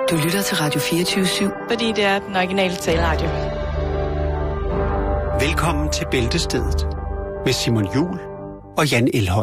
Du lytter til Radio 24/7. Fordi det er den originale taleradio. Velkommen til Bæltestedet med Simon Juhl og Jan Elhøj.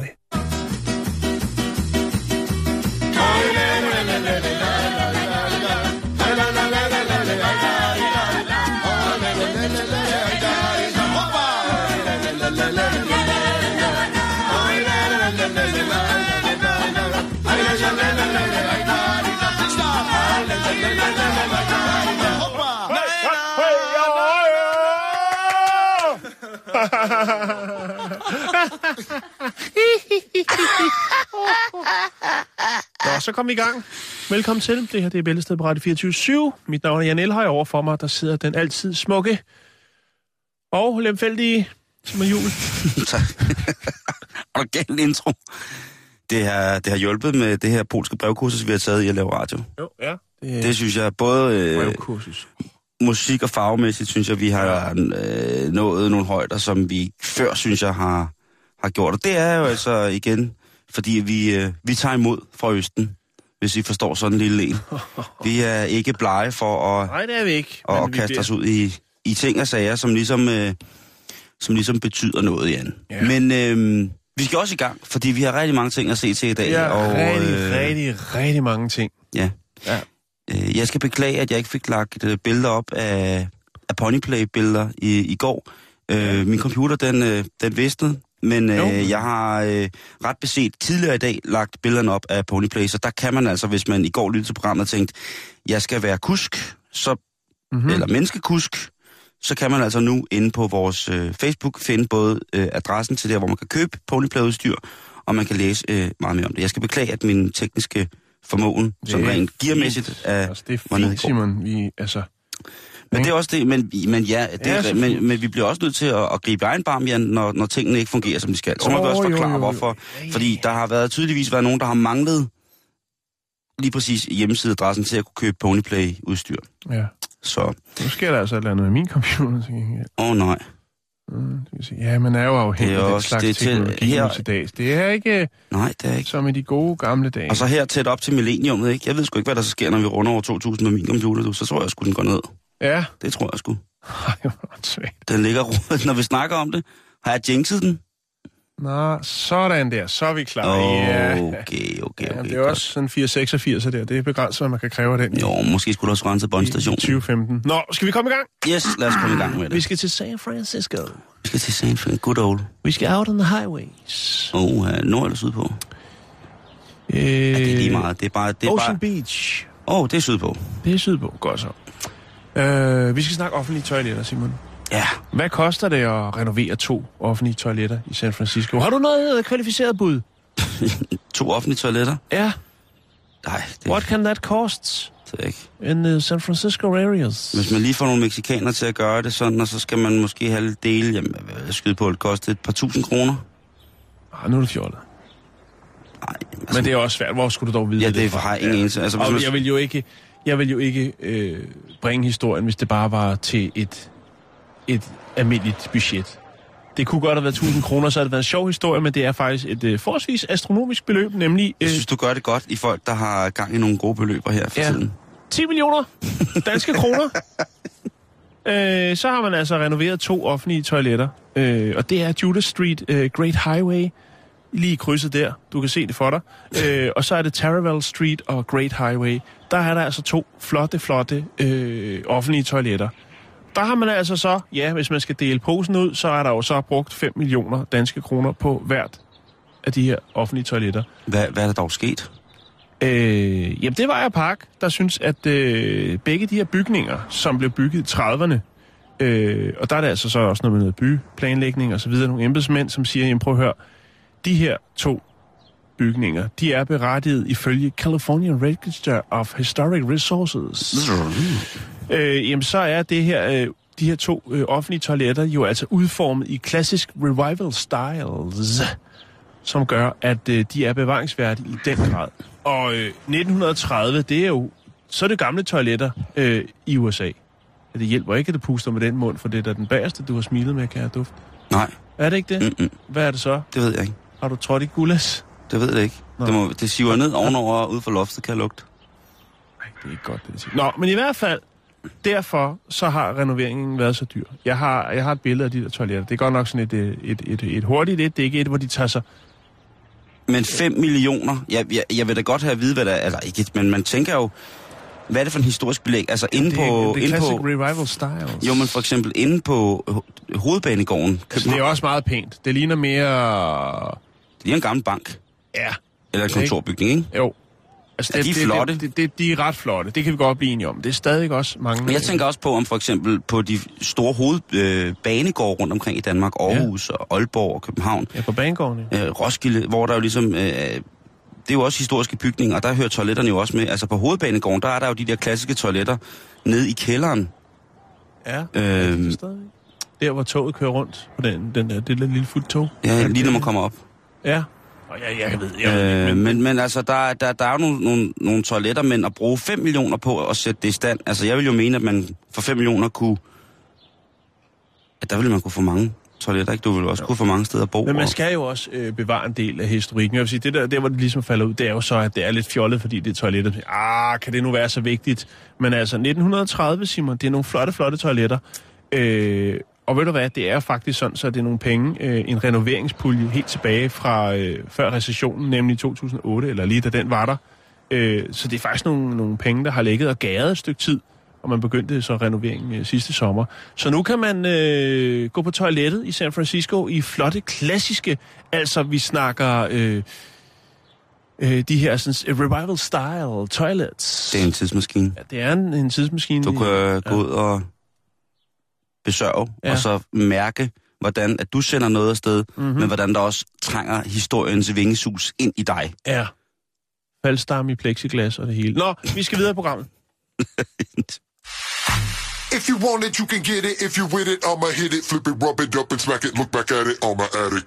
Nå, så kom vi i gang. Velkommen til. Det her det er Bæltestedet på Radio 24/7. Mit navn er Jan Elhøj. Over for mig, der sidder den altid smukke og lemfældige Simon Juhl. Tak. Og galt intro. Det har hjulpet med det her polske brevkursus, vi har taget i at lave radio. Jo, ja. Det synes jeg både brevkursus. Musik og farvemæssigt, synes jeg, vi har nået nogle højder, som vi før, synes jeg, har gjort. Og det er jo altså igen, fordi vi tager imod fra Østen, hvis I forstår sådan en lille en. Vi er ikke blege for at, nej, det er vi ikke, at kaste os ud i ting og sager, som ligesom betyder noget, Jan. Ja. Men vi skal også i gang, fordi vi har rigtig mange ting at se til i dag. Ja, og rigtig mange ting. Ja. Jeg skal beklage, at jeg ikke fik lagt billeder op af Ponyplay-billeder i går. Min computer, den visnede, men jeg har ret beset tidligere i dag lagt billederne op af Ponyplay, så der kan man altså, hvis man i går lyttede til programmet og tænkte, jeg skal være kusk, eller menneskekusk, så kan man altså nu inde på vores Facebook finde både adressen til der, hvor man kan købe Ponyplay-udstyr, og man kan læse meget mere om det. Jeg skal beklage, at min tekniske formåen, som rent gearmæssigt er... Altså, det er fint, Simon. Men det er også det, men vi bliver også nødt til at gribe egen barm, Jan, når tingene ikke fungerer, som de skal. Så må vi også forklare, hvorfor. Fordi der har tydeligvis været nogen, der har manglet lige præcis hjemmesideadressen til at kunne købe Ponyplay-udstyr. Ja. Så. Nu sker der altså et eller andet med min computer. Nej. Ja, man er jo afhængig af den slags teknologi til dags. Det er ikke, nej, det er ikke som i de gode gamle dage. Og så her tæt op til millenniumet, ikke? Jeg ved sgu ikke, hvad der så sker, når vi runder over 2000 med min computer. Så tror jeg sgu, den går ned. Ja. Det tror jeg sgu. Ej, svagt. Den ligger rodet, når vi snakker om det. Har jeg jinxet den? Nå, sådan der. Så er vi klar. Okay. Ja, det er også sådan 486 der. Det er begrænset, hvad man kan kræve af den. Jo, måske skulle du også rense båndstationen. 2015. Nå, skal vi komme i gang? Yes, lad os komme i gang med det. Vi skal til San Francisco. Vi skal til San Francisco. Good old. Vi skal out on the highways. Nord eller sydpå? Ja, det er lige meget. Det er bare... Ocean Beach. Det er sydpå. Det er sydpå, godt så. Vi skal snakke offentlige toiletter, Simon. Ja. Hvad koster det at renovere 2 offentlige toiletter i San Francisco? Har du noget kvalificeret bud? 2 offentlige toiletter? Ja. Nej. What can that cost? Det er ikke. In the San Francisco areas. Hvis man lige får nogle mexikanere til at gøre det sådan, og så skal man måske have lidt dele, jamen, skyde på, at det koster et par tusind kroner. Nu er det fjollet. Nej. Altså, men det er også svært. Hvor skulle du dog vide det? Ja, det har jeg ingen eneste. Altså, jeg vil jo ikke bringe historien, hvis det bare var til et almindeligt budget. Det kunne godt have været 1000 kroner, så havde det været en sjov historie, men det er faktisk et forholdsvis astronomisk beløb, nemlig... Jeg synes, du gør det godt i folk, der har gang i nogle gode beløber her for tiden. 10 millioner danske kroner. Så har man altså renoveret 2 offentlige toiletter, og det er Judas Street Great Highway, lige i krydset der. Du kan se det for dig. Og så er det Taraval Street og Great Highway. Der er der altså 2 flotte offentlige toiletter. Der har man altså så, hvis man skal dele posen ud, så er der jo så brugt 5 millioner danske kroner på hvert af de her offentlige toiletter. Hvad er der dog sket? Jamen, det var jeg Park, der synes, at begge de her bygninger, som blev bygget i 30'erne, og der er det altså så også noget med byplanlægning og så videre, nogle embedsmænd, som siger, jamen prøv at høre, de her 2 bygninger, de er berettiget ifølge California Register of Historic Resources. Jamen, så er det her, de her 2 offentlige toiletter jo altså udformet i klassisk revival styles, som gør, at de er bevaringsværdige i den grad. Og 1930, det er jo så det gamle toiletter i USA. Det hjælper ikke, at du puster med den mund, for det er den bagerste, du har smilet med, kan jeg duft. Nej. Er det ikke det? Mm-mm. Hvad er det så? Det ved jeg ikke. Har du trådt i gulas? Det ved jeg ikke. Det siver ned ovenover ude for loftet, kan jeg lugte. Ej, det er ikke godt, det siger. Nå, men i hvert fald, derfor så har renoveringen været så dyr. Jeg har et billede af de der toiletter. Det er godt nok sådan et hurtigt et. Det er ikke et, hvor de tager sig... Men 5 millioner, jeg vil da godt have at vide, hvad der er, eller ikke, men man tænker jo, hvad er det for en historisk belæg? Altså inde på... Det er classic revival styles. Jo, men for eksempel inde på Hovedbanegården. Altså, det er også meget pænt. Det ligner mere... Det ligner en gammel bank. Ja. Eller en kontorbygning, ikke? Jo. Altså, de er flotte. De er ret flotte. Det kan vi godt blive enige om. Det er stadig også mange... Men jeg tænker også på, om for eksempel på de store hovedbanegårde rundt omkring i Danmark, Aarhus og Aalborg og København. Ja, på banegårdene. Roskilde, hvor der jo ligesom... det er jo også historiske bygninger, og der hører toiletterne jo også med. Altså på Hovedbanegården, der er der jo de der klassiske toiletter nede i kælderen. Ja, det er stadig. Der, hvor toget kører rundt på det lille fuldtog. Ja, lige når man kommer op. Ja. Og jeg ved. Men altså, der er jo nogle toiletter, men at bruge 5 millioner på at sætte det i stand. Altså, jeg vil jo mene, at man for 5 millioner kunne... At der ville man kunne få mange toiletter, ikke? Du ville også kunne få mange steder at bo. Men man skal jo også bevare en del af historikken. Jeg vil sige, det der, hvor det ligesom falder ud, det er jo så, at det er lidt fjollet, fordi det er toiletter. Kan det nu være så vigtigt? Men altså, 1930, Simon, det er nogle flotte toiletter. Og ved du hvad, det er faktisk sådan, så det er nogle penge, en renoveringspulje helt tilbage fra før recessionen, nemlig 2008, eller lige da den var der. Så det er faktisk nogle penge, der har ligget og gæret et stykke tid, og man begyndte så renoveringen sidste sommer. Så nu kan man gå på toilettet i San Francisco i flotte, klassiske, altså vi snakker de her sådan, revival style toilets. Det er en tidsmaskine. Ja, det er en tidsmaskine. Du kan gå ud og besørge, og så mærke, hvordan at du sender noget afsted, men hvordan der også trænger historiens vingesus ind i dig. Ja. Faldstamme i plexiglas og det hele. Nå, vi skal videre i programmet. If you want it, you can get it. If you with it, I'ma hit it, flip it, rub it up and smack it, look back at it, on my attic.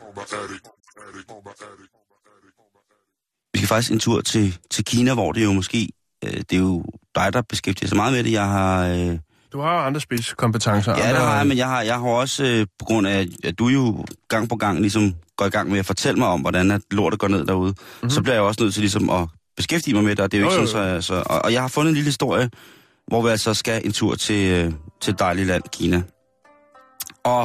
Vi skal faktisk en tur til Kina, hvor det jo måske, det er jo dig, der beskæftiger sig meget med det. Jeg har... Du har andre spidskompetencer. Ja, det har jeg, men jeg har også, på grund af, at du jo gang på gang ligesom går i gang med at fortælle mig om, hvordan at lortet går ned derude, så bliver jeg også nødt til ligesom at beskæftige mig med det, og det er jo ikke sådan, så og jeg har fundet en lille historie, hvor vi altså skal en tur til dejligt land, Kina. Og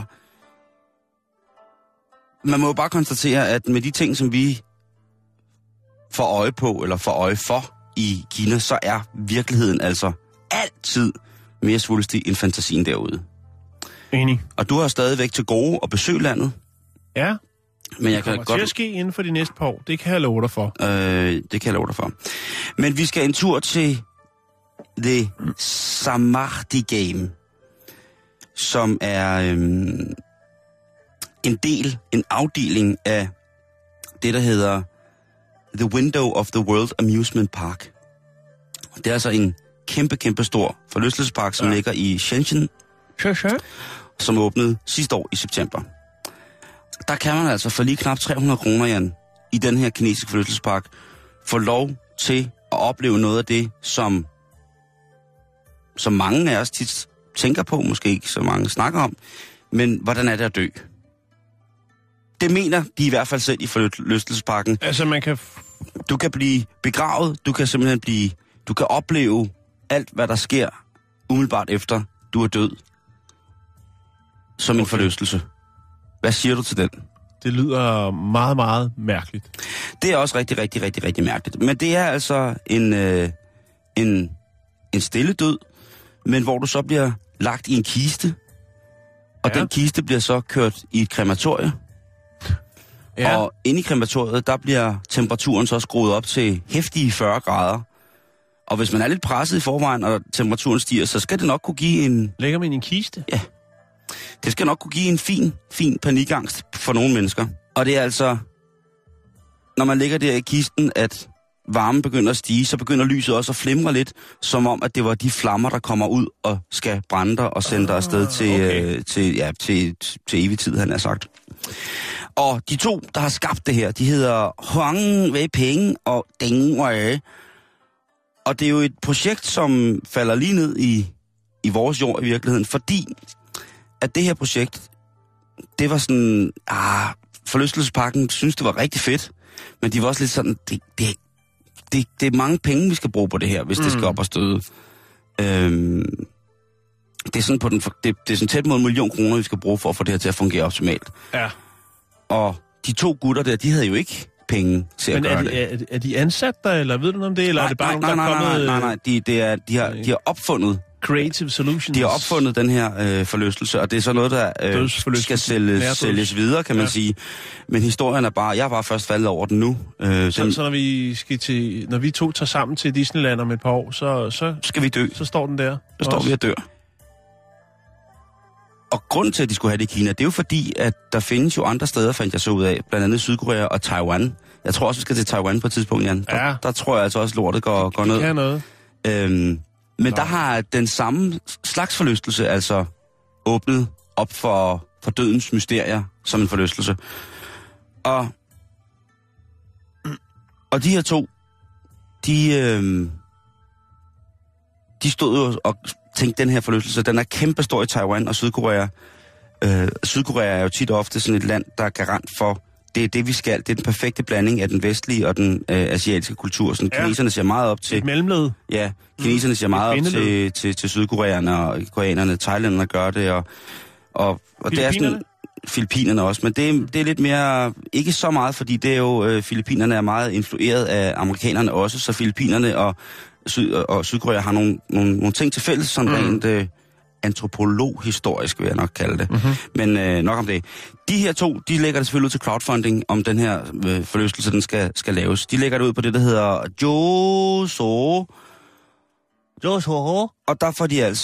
man må jo bare konstatere, at med de ting, som vi får øje på, eller får øje for i Kina, så er virkeligheden altså altid mere svulstig end fantasien derude. Enig. Og du har stadigvæk til gode at besøge landet. Ja. Men jeg det kommer til at ske inden for de næste par år. Det kan jeg love dig for. Det kan jeg love dig for. Men vi skal en tur til The Samadhi Game, som er en afdeling af det, der hedder The Window of the World Amusement Park. Det er altså en kæmpe stor forlystelsespark, som ligger i Shenzhen, som åbnede sidste år i september. Der kan man altså for lige knap 300 kroner, Jan, i den her kinesiske forlystelsespark, få lov til at opleve noget af det, som mange af os tit tænker på, måske ikke så mange snakker om, men hvordan er det at dø? Det mener de i hvert fald selv i forlystelsesparken. Altså man kan... Du kan blive begravet, du kan simpelthen du kan opleve alt, hvad der sker umiddelbart efter, du er død. Som en forlystelse. Hvad siger du til den? Det lyder meget, meget mærkeligt. Det er også rigtig mærkeligt. Men det er altså en stille død, men hvor du så bliver lagt i en kiste, og den kiste bliver så kørt i et krematorie. Ja. Og inde i krematoriet, der bliver temperaturen så skruet op til heftige 40 grader. Og hvis man er lidt presset i forvejen, og temperaturen stiger, så skal det nok kunne give en... Lægger man i en kiste? Ja. Det skal nok kunne give en fin panikangst for nogle mennesker. Og det er altså, når man ligger der i kisten, at varmen begynder at stige, så begynder lyset også at flimre lidt, som om, at det var de flammer, der kommer ud og skal brænde dig og sende dig afsted til evig tid, han har sagt. Og de to, der har skabt det her, de hedder Huang Weiping og Deng Wei. Og det er jo et projekt, som falder lige ned i vores jord i virkeligheden, fordi at det her projekt, det var sådan, forlystelsesparken synes det var rigtig fedt, men de var også lidt sådan, det er mange penge, vi skal bruge på det her, hvis det skal op og støde. Det er sådan det er sådan tæt mod 1 million kroner, vi skal bruge for at få det her til at fungere optimalt. Ja. Og de 2 gutter der, de havde jo ikke penge til at gøre det. Er de ansat der, eller ved du noget om det? Eller er det bare nogen, der er kommet... Nej. De har opfundet... Creative Solutions. De har opfundet den her forlystelse, og det er så noget, der skal sælges videre, kan man sige. Men historien er bare... Jeg var først faldet over den nu. Så når vi to tager sammen til Disneyland om et par år, så skal vi dø. Så står den der. Så står vi og dør. Og grunden til, at de skulle have det i Kina, det er jo fordi, at der findes jo andre steder, fandt jeg så ud af, blandt andet Sydkorea og Taiwan. Jeg tror også, vi skal til Taiwan på et tidspunkt, Jan. Der tror jeg altså også, lortet går ned. Det kan noget. Men der har den samme slags forlystelse altså åbnet op for dødens mysterier som en forlystelse. Og de her 2, de stod jo og tænkte, den her forlystelse, den er kæmpestor i Taiwan og Sydkorea. Sydkorea er jo tit og ofte sådan et land, der er garant for, det er det, vi skal. Det er den perfekte blanding af den vestlige og den asiatiske kultur. Sådan, kineserne ser meget op til... Et mellemled. Ja, kineserne ser meget op til sydkoreanerne og koreanerne. Thailanderne gør det, og det er sådan... Filippinerne også, men det er lidt mere... Ikke så meget, fordi det er jo... Filippinerne er meget influeret af amerikanerne også, så Filippinerne og Sydkorea har nogle ting til fælles, sådan rent... antropologhistorisk, vil jeg nok kalde det. Men nok om det. De her 2, de lægger det selvfølgelig ud til crowdfunding, om den her forlystelse, den skal laves. De lægger det ud på det, der hedder Joso. Og der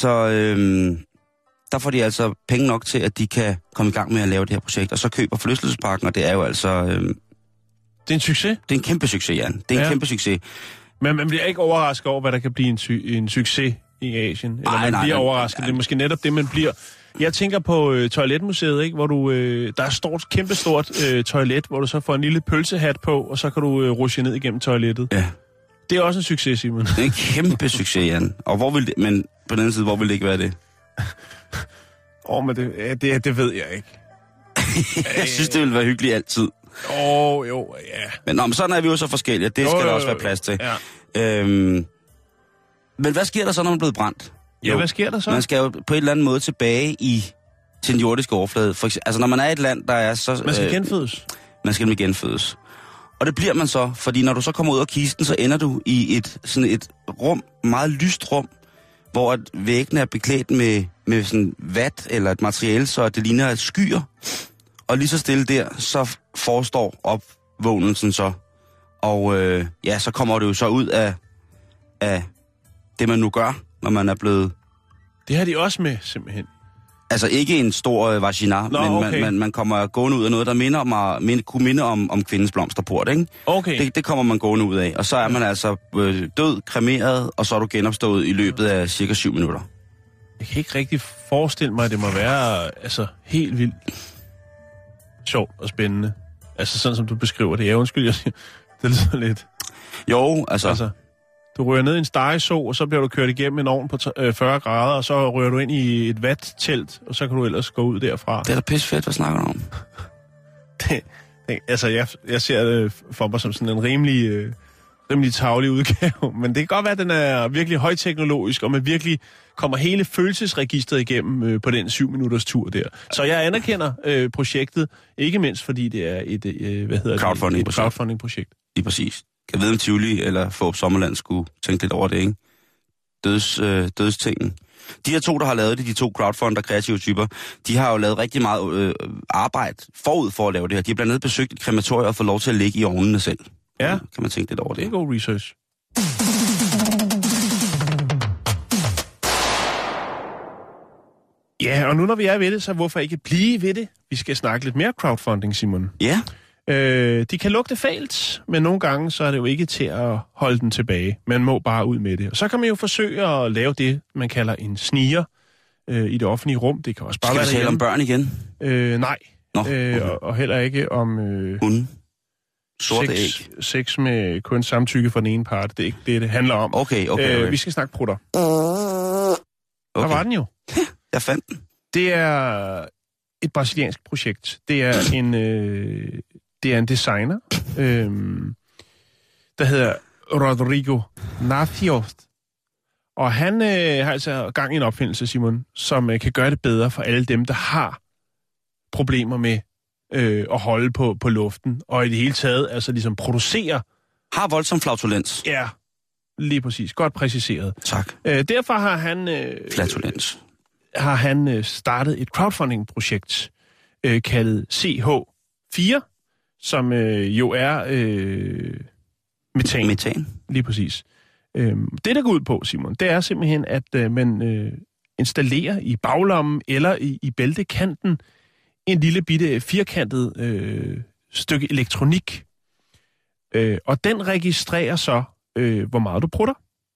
får de altså penge nok til, at de kan komme i gang med at lave det her projekt. Og så køber forlystelsesparken, og det er jo altså... det er en succes? Det er en kæmpe succes, Jan. Det er en kæmpe succes. Men man bliver ikke overrasket over, hvad der kan blive en succes i Asien. Eller man bliver overrasket. Det er måske netop det, man bliver. Jeg tænker på Toiletmuseet, ikke? Hvor der er stort, kæmpestort toilet, hvor du så får en lille pølsehat på, og så kan du rushe ned igennem toilettet. Ja. Det er også en succes, Simon. Det er en kæmpe succes, Jan. Og men på den anden side, hvor vil det ikke være det? Men det ved jeg ikke. Jeg synes, det vil være hyggeligt altid. Jo, ja. Men sådan er vi jo så forskellige. Det skal der også være plads til. Ja. Men hvad sker der så, når man er blevet brændt? Ja, hvad sker der så? Man skal jo på en eller anden måde tilbage til den jordiske overflade. Altså, når man er i et land, der er så... Man skal genfødes. Man skal nemlig genfødes. Og det bliver man så, fordi når du så kommer ud af kisten, så ender du i et rum, meget lyst rum, hvor væggene er beklædt med sådan vat eller et materiale, så det ligner et skyer. Og lige så stille der, så forestår opvågnelsen så. Og så kommer det jo så ud af det, man nu gør, når man er blevet... Det har de også med, simpelthen. Altså ikke en stor vagina, men okay. man kommer gående ud af noget, der kunne minde om kvindens blomsterport, ikke? Okay. Det kommer man gående ud af. Og så er man altså død, kremeret, og så er du genopstået i løbet af cirka 7 minutter. Jeg kan ikke rigtig forestille mig, at det må være helt vildt sjovt og spændende. Altså sådan, som du beskriver det. Ja, undskyld, jeg siger, det er så lidt... Jo, altså... Du rører ned i en stegeså, og så bliver du kørt igennem en ovn på 40 grader, og så rører du ind i et vattelt, og så kan du ellers gå ud derfra. Det er da pisse fedt, hvad snakker du om? Jeg ser det for mig som sådan en rimelig tarvelig udgave, men det kan godt være, at den er virkelig højteknologisk, og man virkelig kommer hele følelsesregistret igennem på den 7 minutters tur der. Så jeg anerkender projektet, ikke mindst fordi det er et crowdfunding-projekt. Lige præcis. Jeg ved, om Tivoli eller Fårup Sommerland skulle tænke lidt over det, ikke? Dødstingen. De her 2, der har lavet det, de 2 crowdfunder, kreative typer, de har jo lavet rigtig meget arbejde forud for at lave det her. De har blandt andet besøgt et krematorium og fået lov til at ligge i ovnene selv. Ja. Kan man tænke lidt over det. Det er god research. Ja, og nu når vi er ved det, så hvorfor ikke blive ved det? Vi skal snakke lidt mere crowdfunding, Simon. Ja. De kan lugte fælt, men nogle gange så er det jo ikke til at holde den tilbage. Man må bare ud med det. Og så kan man jo forsøge at lave det, man kalder en sniger i det offentlige rum. Det kan også bare være Skal vi tale om børn igen? Nej. Okay. Og heller ikke om sorte æg. Sex med kun samtykke fra den ene part. Det er ikke det handler om. Okay. Vi skal snakke prutter. Okay. Der var den jo. Jeg fandt den. Det er et brasiliansk projekt. Det er en designer, der hedder Rodrigo Naviost. Og han har altså gang i en opfindelse, Simon, som kan gøre det bedre for alle dem, der har problemer med at holde på luften, og i det hele taget altså ligesom producere. Har voldsom flatulens. Ja, lige præcis. Godt præciseret. Tak. Derfor har han... flatulens. Har han startet et crowdfunding-projekt kaldet CH4, som jo er metan. Metan. Lige præcis. Det, der går ud på, Simon, det er simpelthen, at man installerer i baglommen eller i bæltekanten en lille bitte firkantet stykke elektronik. Og den registrerer så, hvor meget du prutter.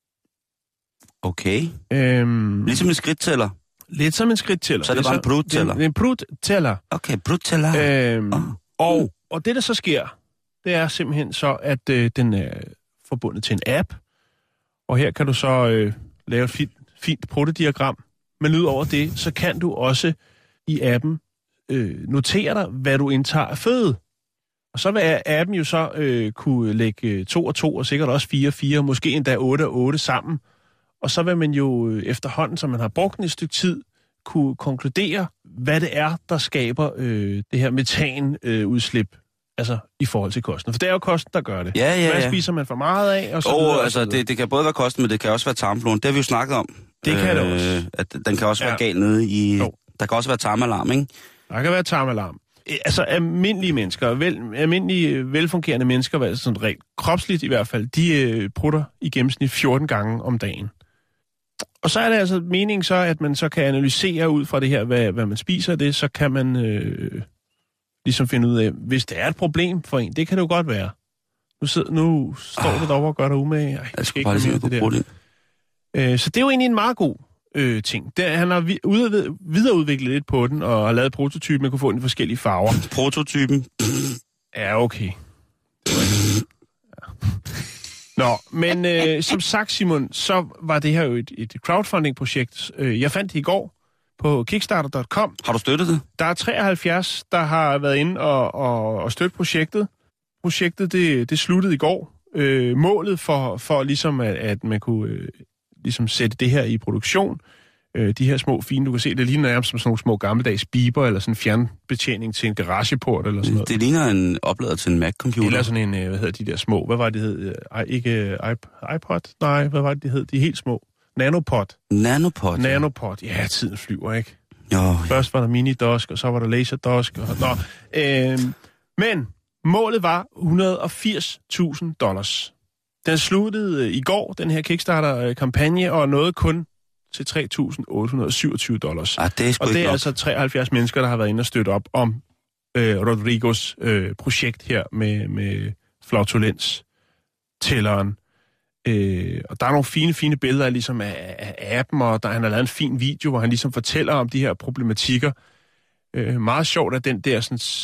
Okay. Ligesom en skridttæller. Lidt som en skridttæller. Så er det bare en pruttæller? Det er en pruttæller. Okay, pruttæller. Og det, der så sker, det er simpelthen så, at den er forbundet til en app. Og her kan du så lave et fint pruttediagram. Men udover det, så kan du også i appen notere dig, hvad du indtager af føde. Og så vil appen jo så kunne lægge 2 og 2, og sikkert også 4 og 4, måske endda 8 og 8 sammen. Og så vil man jo efterhånden, som man har brugt den et stykke tid, kunne konkludere, hvad det er, der skaber det her metanudslip, altså i forhold til kosten. For det er jo kosten, der gør det. Ja. Hvad spiser man for meget af? Og så videre, altså og så det kan både være kosten, men det kan også være tarmfloden. Det har vi jo snakket om. Det kan det også. At den kan også være gal nede i... Jo. Der kan også være tarmalarm, ikke? Der kan være tarmalarm. Altså almindelige mennesker, almindelige velfungerende mennesker, altså sådan rent kropsligt i hvert fald, de prutter i gennemsnit 14 gange om dagen. Og så er det altså meningen så, at man så kan analysere ud fra det her, hvad man spiser det, så kan man ligesom finde ud af, hvis det er et problem for en, det kan det jo godt være. Nu står det derovre og gør dig umage. Jeg skal ikke bare sige, det der. Så det er jo egentlig en meget god ting. Han har videreudviklet lidt på den, og har lavet prototypen, man kunne få den i forskellige farver. Prototypen? Ja, okay. Nå, men som sagt, Simon, så var det her jo et crowdfunding-projekt. Jeg fandt det i går på kickstarter.com. Har du støttet det? Der er 73, der har været inde og støtte projektet. Projektet, det sluttede i går. Målet for ligesom, at man kunne ligesom sætte det her i produktion. De her små fine, du kan se, det ligner nærmest som sådan nogle små gammeldags biber, eller sådan en fjernbetjening til en garageport, eller sådan noget. Det ligner en oplader til en Mac-computer. Eller sådan en, hvad hedder de der små, hvad var det hed? Ikke iPod? Nej, hvad var det hed? De helt små. Nanopod. Nanopod, ja, tiden flyver, ikke? Jo. Først var der mini-dosk, og så var der laser-dosk. Men målet var $180,000. Den sluttede i går, den her Kickstarter-kampagne, og nåede kun til $3,827. Det er og det er altså 73 mennesker, der har været inde og støtte op om Rodrigos projekt her med flatulens-tælleren. Og der er nogle fine billeder ligesom af appen, og han har lavet en fin video, hvor han ligesom fortæller om de her problematikker. Meget sjovt, at den der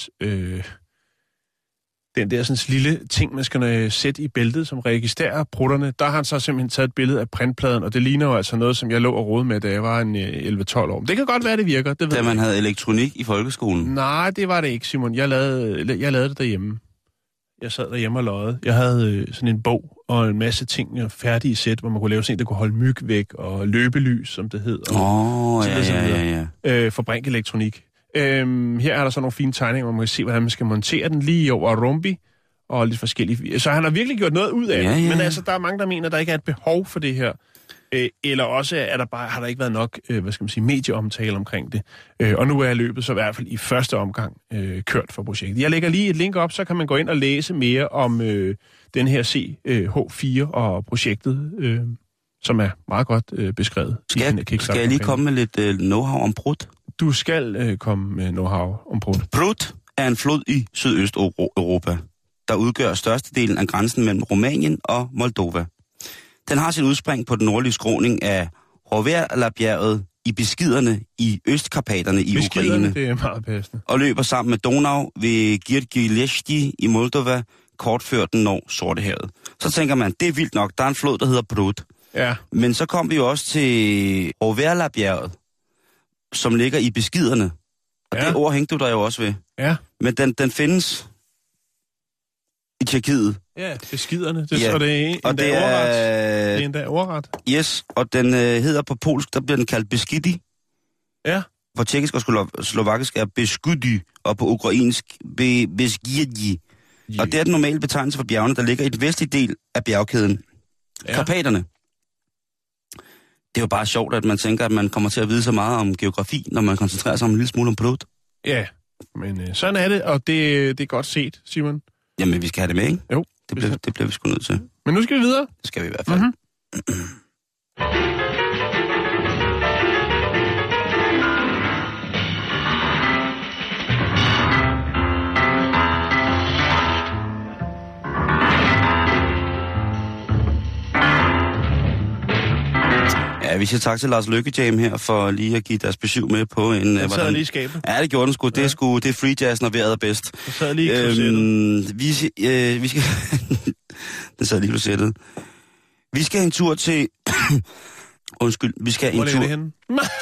lille ting, man skal sætte i bæltet, som registrerer prutterne, der har han så simpelthen taget et billede af printpladen, og det ligner jo altså noget, som jeg lå og rode med, da jeg var en 11-12 år. Det kan godt være, det virker. Det ved da man havde elektronik i folkeskolen? Nej, det var det ikke, Simon. Jeg lavede det derhjemme. Jeg sad derhjemme og løjede. Jeg havde sådan en bog og en masse ting færdige sæt, hvor man kunne lave sådan en, der kunne holde myg væk, og løbelys, som det hed. Ja. Fabrik elektronik. Her er der så nogle fine tegninger, hvor man kan se, hvordan man skal montere den lige over rumbi, og lidt forskellige. Så han har virkelig gjort noget ud af det. Men altså, der er mange, der mener, der ikke er et behov for det her. Eller også har der ikke været nok, medieomtale omkring det. Og nu er løbet så i hvert fald i første omgang kørt for projektet. Jeg lægger lige et link op, så kan man gå ind og læse mere om den her CH4 og projektet, som er meget godt beskrevet. Skal jeg lige komme med lidt know-how om prut? Du skal komme med know-how om prut. Prut er en flod i Sydøsteuropa, der udgør størstedelen af grænsen mellem Rumænien og Moldova. Den har sit udspring på den nordlige skråning af Hoverla-bjerget i Beskiderne i Østkarpaterne i Ukraine. Det er meget passende. Og løber sammen med Donau ved Girgileshti i Moldova, kort før den når Sortehavet. Så tænker man, det er vildt nok, der er en flod, der hedder Prut. Ja. Men så kom vi jo også til Hoverla-bjerget, som ligger i Beskiderne. Og det ord hængte du der jo også ved. Ja. Men den findes i Tjekkiet. Ja, beskiderne. Det, Ja. og det er Og det er endda ordret. Yes, og den hedder på polsk, der bliver den kaldt Beskidi. Ja. På tjekkisk og slovakisk er Beskudi, og på ukrainsk Beskidi. Og det er den normale betegnelse for bjergene, der ligger i den vestlige del af bjergkæden. Ja. Karpaterne. Det er jo bare sjovt, at man tænker, at man kommer til at vide så meget om geografi, når man koncentrerer sig om en lille smule om produkt. Ja, men sådan er det, og det er godt set, Simon. Jamen, vi skal have det med, ikke? Jo. Det bliver vi sgu nødt til. Men nu skal vi videre. Det skal vi i hvert fald. Mm-hmm. Ja, vi siger tak til Lars Lykkejam her for lige at give deres besøg med på en... Den sad lige i skabet. Ja, det gjorde den sgu. Ja. Det er free jazz, når vi er bedst. Den sad lige i klosettet. Vi skal... Den sad lige i klosettet. Vi skal en tur til... Undskyld, vi skal en tur... Hvor ligger det henne?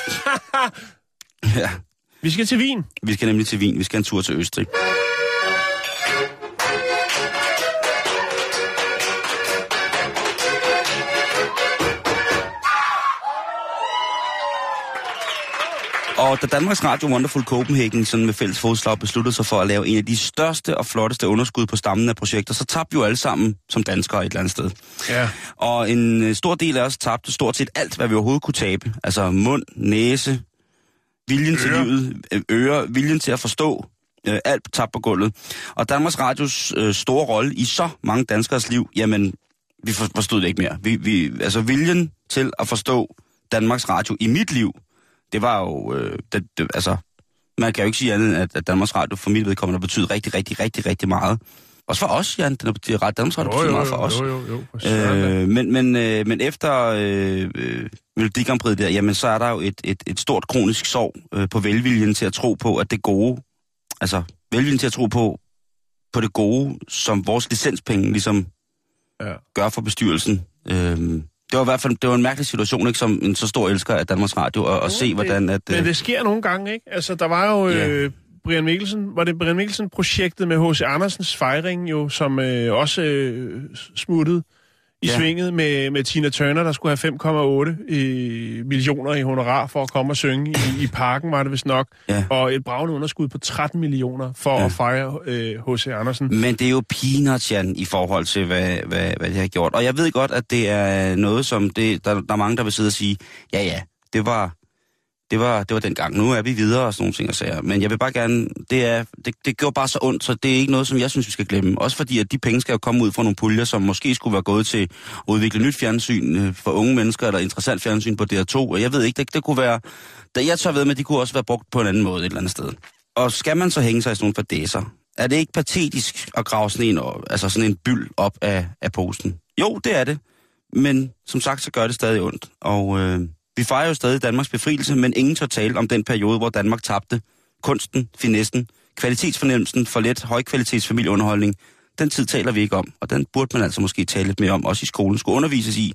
Ja. Vi skal til Wien. Vi skal nemlig til Wien. Vi skal en tur til Østrig. Og da Danmarks Radio Wonderful Copenhagen sådan med fælles fodslag besluttede sig for at lave en af de største og flotteste underskud på stammen af projekter, så tabte vi jo alle sammen som danskere et eller andet sted. Ja. Og en stor del af os tabte stort set alt, hvad vi overhovedet kunne tabe. Altså mund, næse, viljen til livet, ører, viljen til at forstå, alt tabt på gulvet. Og Danmarks Radios store rolle i så mange danskers liv, jamen, vi forstod det ikke mere. Altså viljen til at forstå Danmarks Radio i mit liv, det var jo, altså, man kan jo ikke sige andet, at Danmarks Radio for mit vedkommende betyder rigtig meget. Også for os, Jan. Danmarks Radio betyder meget for os. Men efter Melodi Grand Prix der, jamen så er der jo et stort kronisk sorg på velviljen til at tro på, at det gode, altså velviljen til at tro på det gode, som vores licenspenge ligesom gør for bestyrelsen. Det var i hvert fald en mærkelig situation, ikke, som en så stor elsker af Danmarks Radio, at se, hvordan at... Men det sker nogle gange, ikke? Altså, der var jo Brian Mikkelsen... Var det Brian Mikkelsen-projektet med H.C. Andersens fejring, jo, som også smuttede i svinget med Tina Turner, der skulle have 5,8 millioner i honorar for at komme og synge i parken, var det vist nok. Ja. Og et bragende underskud på 13 millioner for at fejre H.C. Andersen. Men det er jo peanuts, Jan, i forhold til, hvad de har gjort. Og jeg ved godt, at det er noget, som der er mange, der vil sidde og sige, ja, det var dengang. Nu er vi videre og sådan nogle ting og sager. Men jeg vil bare gerne... Det gjorde bare så ondt, så det er ikke noget, som jeg synes, vi skal glemme. Også fordi, at de penge skal jo komme ud fra nogle puljer, som måske skulle være gået til at udvikle nyt fjernsyn for unge mennesker, eller interessant fjernsyn på DR2. Og jeg ved ikke, det kunne være... Jeg tør ved med, at de kunne også være brugt på en anden måde et eller andet sted. Og skal man så hænge sig i sådan nogle fadæser? Er det ikke patetisk at grave sådan en byld op af posten? Jo, det er det. Men som sagt, så gør det stadig ondt. Og... Vi fejrer jo stadig Danmarks befrielse, men ingen tør tale om den periode, hvor Danmark tabte kunsten, finessen, kvalitetsfornemmelsen for let højkvalitets familieunderholdning. Den tid taler vi ikke om, og den burde man altså måske tale lidt mere om, også i skolen. Skulle undervises i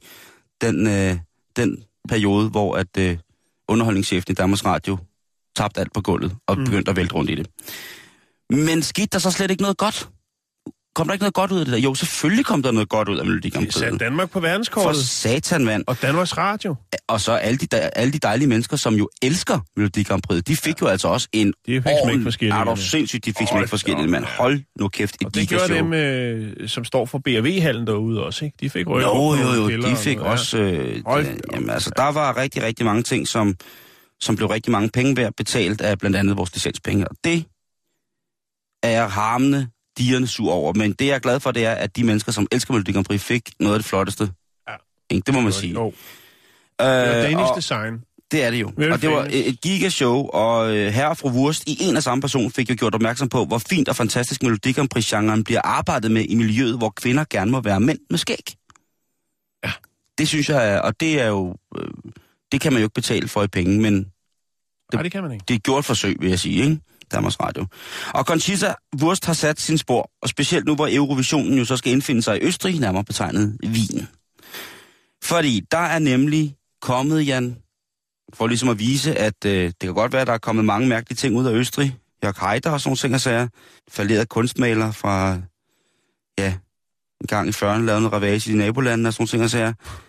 den periode, hvor at underholdningschefen i Danmarks Radio tabte alt på gulvet og begyndte at vælte rundt i det. Men skete der så slet ikke noget godt? Kom der ikke noget godt ud af det der? Jo, selvfølgelig kom der noget godt ud af Melodi Grand Prix. Det satte Danmark på verdenskortet. For satan, mand. Og Danmarks Radio. Og så alle de dejlige mennesker, som jo elsker Melodi Grand Prix, de fik jo altså også en ordentlig... Er du sindssygt, de fik smæk forskellige, mand. Hold nu kæft, et gigashow. Og det gjorde dem, som står for BRV-hallen derude også, ikke? De fik røg. Jo, de fik også... Jamen, altså, der var rigtig mange ting, som blev rigtig mange penge værd betalt af blandt andet vores licenspenge. Og det er harmende dirrende sur over. Men det, jeg er glad for, det er, at de mennesker, som elsker Melodi Grand Prix, fik noget af det flotteste. Ja. Det må man sige. Det er Danish design. Det er det jo. Og det var et gigashow, og herre og fru Wurst i en og samme person fik jo gjort opmærksom på, hvor fint og fantastisk Melodi Grand Prix-genren bliver arbejdet med i miljøet, hvor kvinder gerne må være mænd med skæg. Ja. Det synes jeg, og det er jo... det kan man jo ikke betale for i penge, men... Det kan man ikke. Det er gjort forsøg, vil jeg sige, ikke? Danmarks Radio. Og Conchita Wurst har sat sin spor, og specielt nu, hvor Eurovisionen jo så skal indfinde sig i Østrig, nærmere betegnet Wien. Fordi der er nemlig kommet, Jan, for ligesom at vise, at det kan godt være, at der er kommet mange mærkelige ting ud af Østrig. Jörg Haider og sådan nogle ting, og sager. Falderede kunstmaler fra en gang i 40'erne lavede noget ravage i de nabolandene og sådan nogle ting, og sager.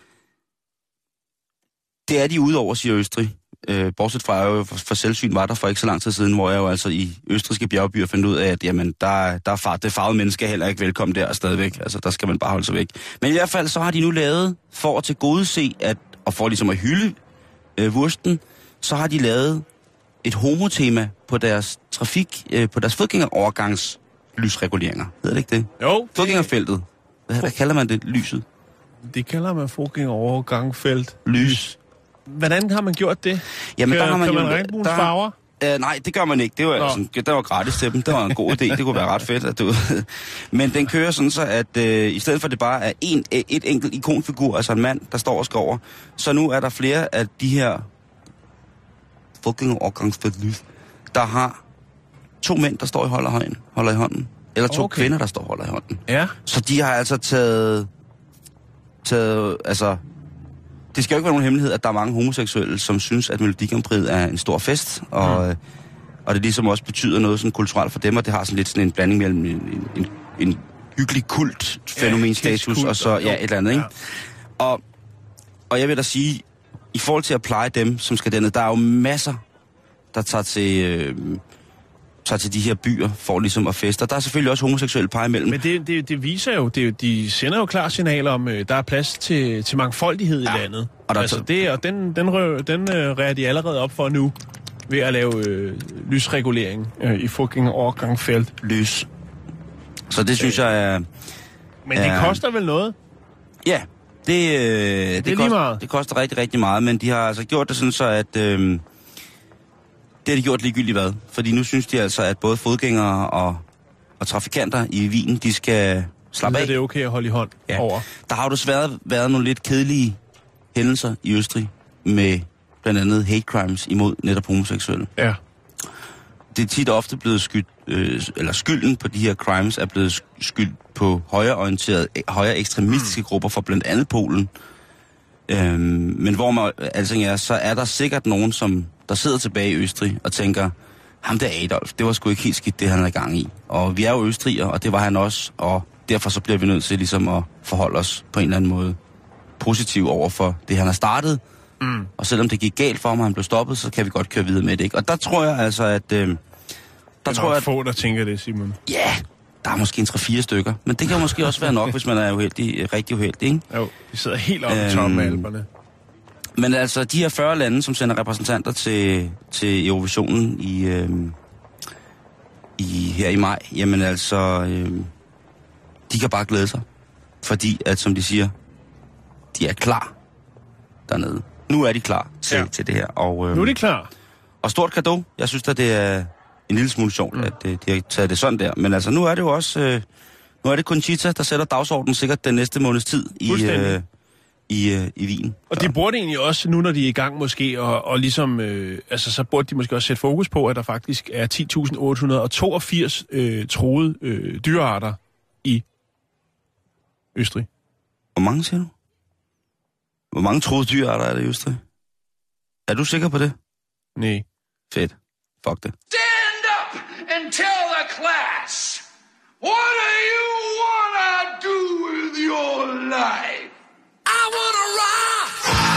Det er de udover, siger Østrig. Bortset fra, jo for selvsyn var der for ikke så lang tid siden, hvor jeg jo altså i østrigske bjergbyer fandt ud af, at jamen, det farvede mennesker heller ikke velkommen der stadigvæk. Altså, der skal man bare holde sig væk. Men i hvert fald, så har de nu lavet, for at tilgodese, og for ligesom at hylde Wursten, så har de lavet et homotema på deres på deres fodgængerovergangslysreguleringer. Hedder det ikke det? Jo. Fodgængerfeltet. Hvad kalder man det? Lyset? Det kalder man fodgængerovergangfelt. Lys. Hvordan har man gjort det? Jamen, der har man kan jo... man regnbuens farver? Nej, det gør man ikke. Det var, altså, det var gratis til dem. Det var en god idé. Det kunne være ret fedt. At men den kører sådan så, at i stedet for det bare er et enkelt ikonfigur, altså en mand, der står og skrover, så nu er der flere af de her fodgængerovergangsfelt, der har 2 mænd, der står og holder i hånden. Eller 2 kvinder, der står og holder i hånden. Ja. Så de har altså taget altså... Det skal jo ikke være nogen hemmelighed, at der er mange homoseksuelle, som synes, at Melodi Grand Prix er en stor fest, og det ligesom også betyder noget sådan kulturelt for dem, og det har sådan lidt sådan en blanding mellem en hyggelig kult fænomenstatus, og så et eller andet, ikke? Og jeg vil da sige, i forhold til at pleje dem, som skal derned, der er jo masser, der tager til de her byer for ligesom at feste. Der er selvfølgelig også homoseksuelle par imellem. Men det viser jo, de sender jo klare signaler om, der er plads til mangfoldighed i landet. Og den rærer de allerede op for nu, ved at lave lysregulering i fodgængerovergangsfelt. Lys. Så det synes jeg er... Men det koster vel noget? Ja, det koster rigtig, rigtig meget, men de har altså gjort det sådan så, at... Det har de gjort ligegyldigt hvad. Fordi nu synes de altså, at både fodgængere og trafikanter i Wien, de skal slappe af. Det er okay at holde i hånd over. Der har jo desværre været nogle lidt kedelige hændelser i Østrig med blandt andet hate crimes imod netop homoseksuelle. Ja. Det er tit ofte blevet skylden på de her crimes er blevet skyldt på højre ekstremistiske grupper fra blandt andet Polen. Men hvor man altså er, så er der sikkert nogen, der sidder tilbage i Østrig og tænker, ham der Adolf, det var sgu ikke helt skidt, det han er i gang i. Og vi er jo østrigere, og det var han også, og derfor så bliver vi nødt til ligesom at forholde os på en eller anden måde positiv over for det, han har startet. Mm. Og selvom det gik galt for ham, og han blev stoppet, så kan vi godt køre videre med det, ikke? Og der tror jeg altså, at... der få, der tænker det, Simon. Ja, der er måske en 3-4 stykker. Men det kan måske også være nok, hvis man er rigtig uheldig, ikke? Jo, vi sidder helt oppe i toppen af Alperne. Men altså, de her 40 lande, som sender repræsentanter til Eurovisionen her i maj, jamen altså, de kan bare glæde sig. Fordi, at som de siger, de er klar dernede. Nu er de klar til det her. Og, nu er de klar. Og stort cadeau. Jeg synes, at det er en lille smule sjovt, at de har taget det sådan der. Men altså, nu er det jo også... nu er det Conchita, der sætter dagsordenen sikkert den næste måneds tid i Wien. Og de burde egentlig også, nu når de er i gang måske, og ligesom, så burde de måske også sætte fokus på, at der faktisk er 10.882 troede dyrearter i Østrig. Hvor mange siger du? Hvor mange troede dyrearter er der i Østrig? Er du sikker på det? Nej. Fedt. Fuck det. Stand up and tell the class, what do you wanna do with your life? I wanna rock!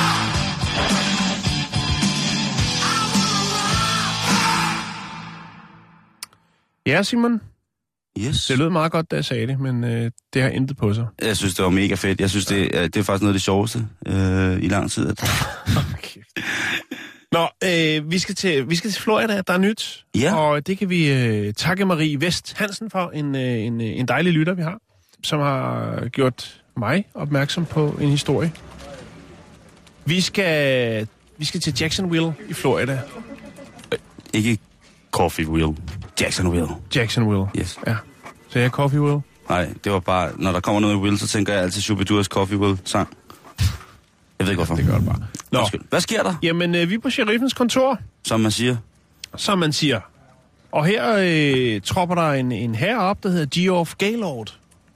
Ja, Simon. Yes. Det lød meget godt, da jeg sagde det, men det har intet på sig. Jeg synes, det var mega fedt. Jeg synes, det er faktisk noget af det sjoveste i lang tid. Okay. Nå, vi skal til Florida, der er nyt. Ja. Og det kan vi takke Marie Vest Hansen for, en dejlig lytter, vi har, som har gjort mig opmærksom på en historie. Vi skal til Jacksonville i Florida. Ikke Coffeeville. Jacksonville. Jacksonville. Yes. Ja. Så jeg Coffeeville? Nej, det var bare, når der kommer noget i Will, så tænker jeg altid Shubiduras Coffeeville-sang. Jeg ved ikke hvorfor. Det gør det bare. Nå. Hvad sker der? Jamen, vi er på sheriffens kontor. Som man siger. Som man siger. Og her tropper der en herre op, der hedder Geoff Gaylord.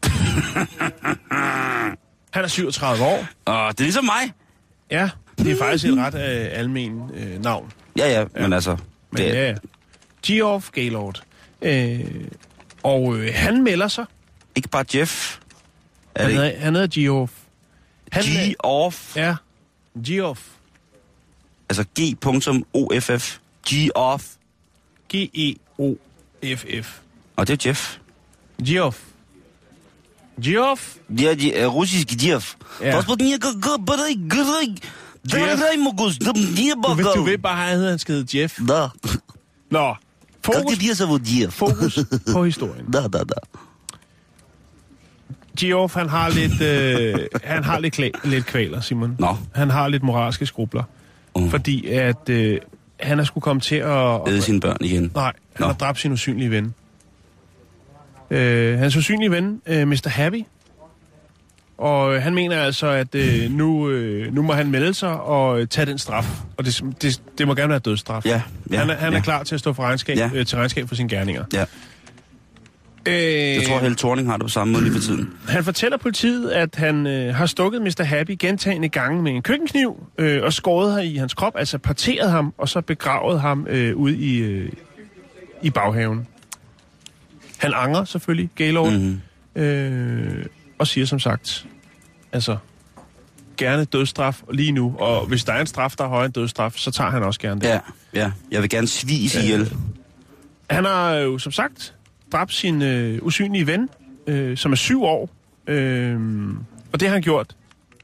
Han er 37 år. Og det er ligesom mig. Ja, det er faktisk et ret almen navn. Ja, men altså... Men ja. Geoff Gaylord. Og han melder sig. Ikke bare Jeff. Han hedder Geoff. Geoff? Ja, Geoff. Altså G.OFF. Geoff. G-E-O-F-F. Og det er Jeff. Geoff. Geoff? Ja, russisk Geoff. Ja. Du ved bare, han skal hedde Jeff. Da. Nå, fokus på historien. Da. Geoff, han har lidt kvaler, Simon. Nå. Han har lidt moralske skrubler. Fordi at han er skulle komme til at... æde sine børn igen. Nej, han har dræbt sin usynlige ven. Hans usynlige ven, Mr. Happy. Og han mener altså, at nu må han melde sig og tage den straf. Og det må gerne være dødsstraf. Ja, han er klar til at stå for til regnskab for sine gerninger. Ja. Jeg tror, Helle Thorning har det på samme måde lige for tiden. Han fortæller politiet, at han har stukket Mr. Happy gentagne gange med en køkkenkniv og skåret her i hans krop, altså parteret ham og så begravet ham ude i baghaven. Han angrer selvfølgelig, Gaylord, og siger som sagt, altså gerne dødsstraf lige nu, og hvis der er en straf, der er højere end dødsstraf, så tager han også gerne det. Ja. Jeg vil gerne svise ihjel. Han har jo som sagt dræbt sin usynlige ven, som er 7 år. Og det har han gjort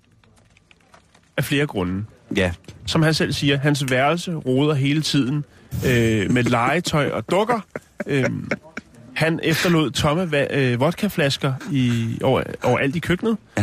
af flere grunde. Ja. Som han selv siger, hans værelse roder hele tiden med legetøj og dukker. Han efterlod tomme vodkaflasker overalt i køkkenet. Ja.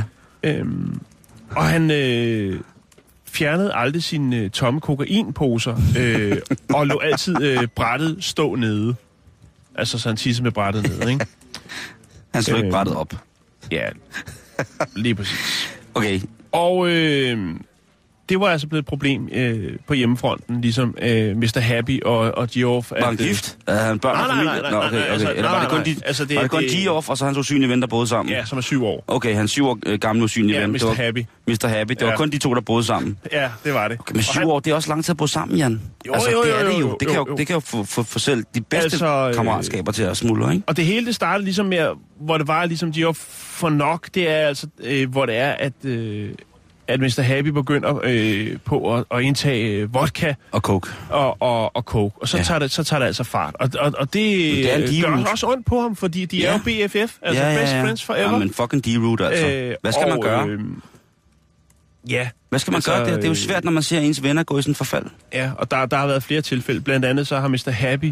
Og han fjernede aldrig sine tomme kokainposer og lå altid brættet stå nede. Altså så han tisse med brættet nede, ikke? Han slog ikke brættet op. Ja, lige præcis. Okay. Og det var altså blevet et problem på hjemmefronten, ligesom Mr. Happy og Geoff. Var han gift? Havde han børn og familie? Nej. Nå, okay. Eller var det kun Geoff og så hans usynlige ven, der boede sammen? Ja, som er 7 år. Okay, hans 7 år gamle usynlige ven. Mr. Happy. Mr. Happy. Det var kun de to, der boede sammen. Ja, det var det. Okay, men 7 år, det er også lang tid at bo sammen, Jan. Jo. Det kan jo få selv de bedste kammeratskaber til at smuldre, ikke? Og det hele, det startede ligesom med, hvor det var ligesom Geoff for nok. Det er altså, hvor det er, at Mr. Happy begynder på at indtage vodka og coke. Og coke. Og så tager det altså fart. Og det gør også ondt på ham, fordi de er jo BFF, altså best friends forever. Ja, men fucking D-root, altså. Hvad skal man gøre? Hvad skal man gøre der? Det er jo svært, når man ser ens venner gå i sådan en forfald. Ja, og der har været flere tilfælde. Blandt andet så har Mr. Happy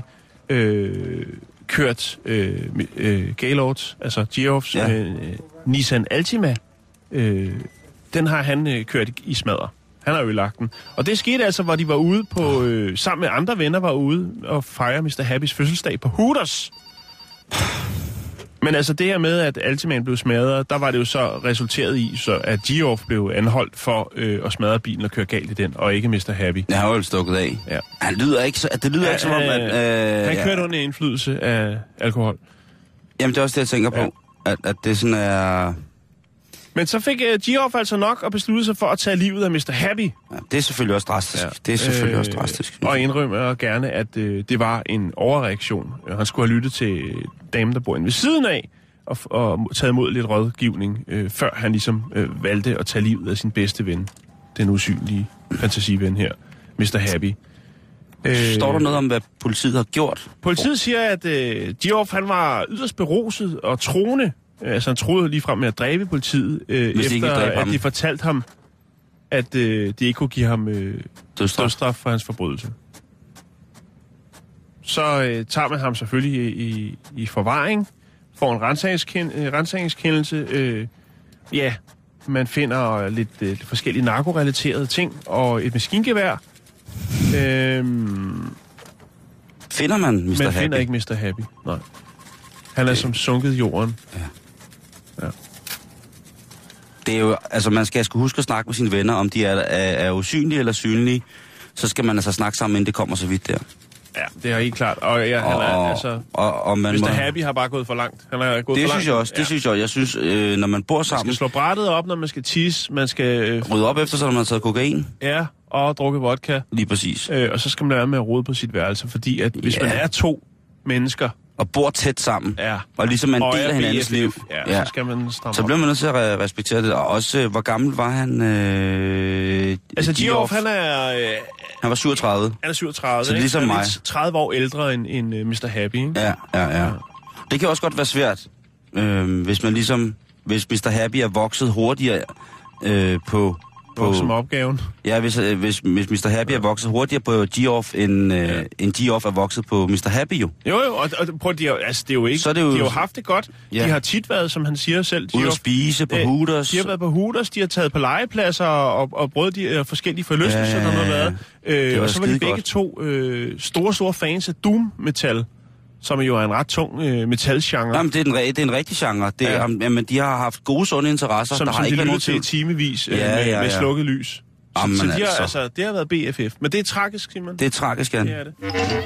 kørt Gaylords, altså Geoffs Nissan Altima. Den har han kørt i smadder. Han har ødelagt den. Og det skete altså, hvor de var ude på... sammen med andre venner var ude og fejre Mr. Happys fødselsdag på Hooters. Men altså det her med, at Altimaen blev smadret, der var det jo så resulteret i, så at Geoff blev anholdt for at smadre bilen og køre galt i den, og ikke Mr. Happy. Jeg har jo stukket af. Ja. Han lyder ikke så... Det lyder ikke som om, at... han kørte under indflydelse af alkohol. Jamen det er også det, jeg tænker på. At det sådan er... Men så fik Geoff altså nok og besluttede sig for at tage livet af Mr. Happy. Ja, det er selvfølgelig også drastisk. Ja. Det er selvfølgelig også drastisk. Og indrømmer gerne, at det var en overreaktion. Han skulle have lyttet til damen, der bor inde ved siden af, og taget imod lidt rådgivning, før han ligesom valgte at tage livet af sin bedste ven. Den usynlige fantasiven her, Mr. Happy. Står der noget om, hvad politiet har gjort? Politiet siger, at Geoff han var yderst beruset og troende. Altså han troede ligefrem med at dræbe politiet, efter at de fortalte ham, at de ikke kunne give ham dødsstraf for hans forbrydelse. Så tager man ham selvfølgelig i forvaring, får en rensagningskendelse. Man finder lidt forskellige narkorelaterede ting og et maskingevær. Finder man Mr. Happy? Man finder ikke Mr. Happy, nej. Han er som sunket i jorden. Ja. Det er jo, altså man skal huske at snakke med sine venner, om de er usynlige eller synlige. Så skal man altså snakke sammen, inden det kommer så vidt der. Ja, det er helt klart. Og han er altså... Og man Mr. Happy har bare gået for langt. Han er gået det for synes langt. Jeg også. Det synes jeg. Jeg synes, når man bor sammen... Man skal slå brættet op, når man skal tisse. Man skal... rydde op efter, så når man har taget kokain. Ja, og drukke vodka. Lige præcis. Og så skal man være med at rode på sit værelse, fordi at hvis man er 2 mennesker og bor tæt sammen, Ja. og ligesom en Og del er af hinandens BFF. liv. Ja, så skal man stramme Så bliver man nødt til at respektere det. Og også, hvor gammel var han? Altså, Geoff, han Han var 37. Han er 37, så det er ligesom mig. 30 år ældre end Mr. Happy, ikke? Ja. Det kan også godt være svært, hvis man ligesom... Hvis Mr. Happy er vokset hurtigere på som opgaven. Ja, hvis Mr. Happy er vokset hurtigere på Geoff, end Geoff er vokset på Mr. Happy jo. Jo, og prøv, det er jo ikke... De har jo haft det godt. Ja. De har tit været, som han siger selv... Ude at spise på Hooters. De har været på Hooters, de har taget på legepladser og prøvet de forskellige forlystelser, der har været. Og så var de begge to store fans af doom metal, som jo er en ret tung metalgenre. Jamen, det er en rigtig genre. Jamen, de har haft gode, sunde interesser. Som de lytter til timevis med slukket lys. Jamen, så de har, det har været BFF. Men det er tragisk, Simon. Det er tragisk, Jan. Det er det.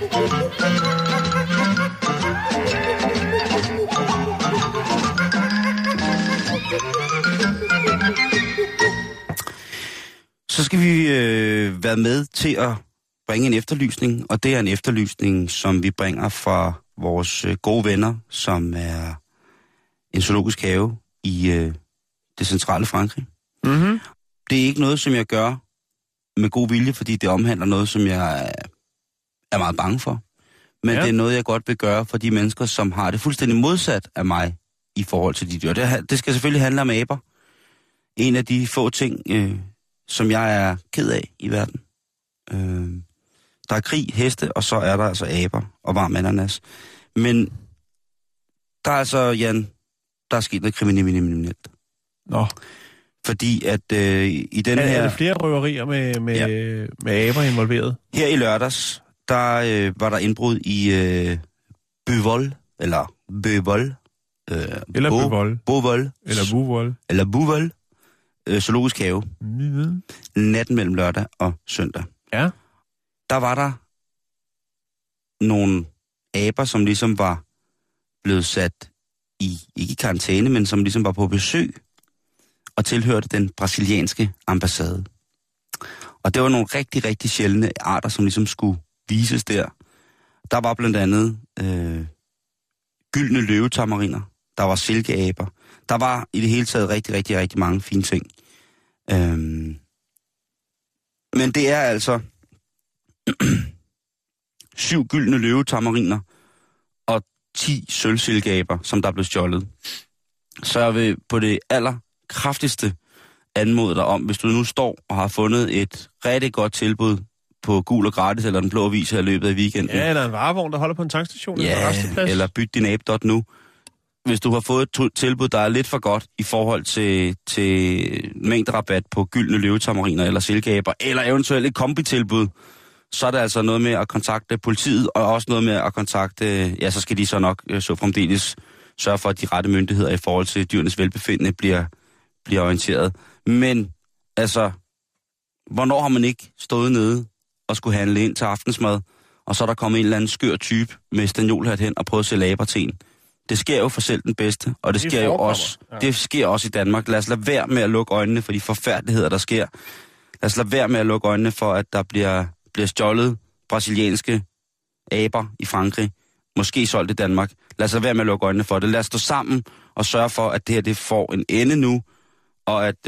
Så skal vi være med til at bringe en efterlysning, og det er en efterlysning, som vi bringer fra vores gode venner, som er en zoologisk have i det centrale Frankrig. Mm-hmm. Det er ikke noget, som jeg gør med god vilje, fordi det omhandler noget, som jeg er meget bange for. Men det er noget, jeg godt vil gøre for de mennesker, som har det fuldstændig modsat af mig i forhold til de dyr. Det skal selvfølgelig handle om aber. En af de få ting, som jeg er ked af i verden. Der er krig, heste, og så er der altså aber og varm ananas. Men der er altså, Jan, der er sket noget kriminelt. Nå. Fordi at i den her... Er det flere røverier med aber involveret? Her i lørdags, der var der indbrud i Bøvol, eller Bøvol. Eller Bøvol. Bøvol. Eller Bøvol. Zoologisk have. Natten mellem lørdag og søndag. Ja. Der var der nogle aber, som ligesom var blevet sat ikke i karantæne, men som ligesom var på besøg og tilhørte den brasilianske ambassade. Og det var nogle rigtig, rigtig sjældne arter, som ligesom skulle vises der. Der var blandt andet gyldne løvetamariner, der var silkeaber. Der var i det hele taget rigtig, rigtig, rigtig mange fine ting. Men det er altså 7 gyldne løvetamariner og 10 sølvsilkeaber, som der blev stjålet. Så jeg vil på det allerkraftigste anmode dig om, hvis du nu står og har fundet et rigtig godt tilbud på Gul og Gratis eller Den Blå Avis her i løbet af weekenden. Ja, eller en varevogn, der holder på en tankstation eller en resteplads. Eller byt din app nu. Hvis du har fået et tilbud, der er lidt for godt i forhold til mængderabat på gyldne løvetamariner eller silkeaber, eller eventuelt et kombitilbud, så er det altså noget med at kontakte politiet, og også noget med at kontakte, ja, så skal de så nok så fremdeles sørge for, at de rette myndigheder i forhold til dyrenes velbefindende bliver orienteret. Men altså, hvornår har man ikke stået nede og skulle handle ind til aftensmad, og så er der kommet en eller anden skør type med stanjolhat hen og prøvet at sælge aber til en? Det sker jo for selv den bedste, og det sker jo også. Ja. Det sker også i Danmark. Lad os lade være med at lukke øjnene for de forfærdeligheder, der sker. Lad os lade være med at lukke øjnene for, at der bliver stjålet brasilianske aber i Frankrig. Måske solgt i Danmark. Lad os lade være med at lukke øjnene for det. Lad os stå sammen og sørge for, at det her det får en ende nu, og at...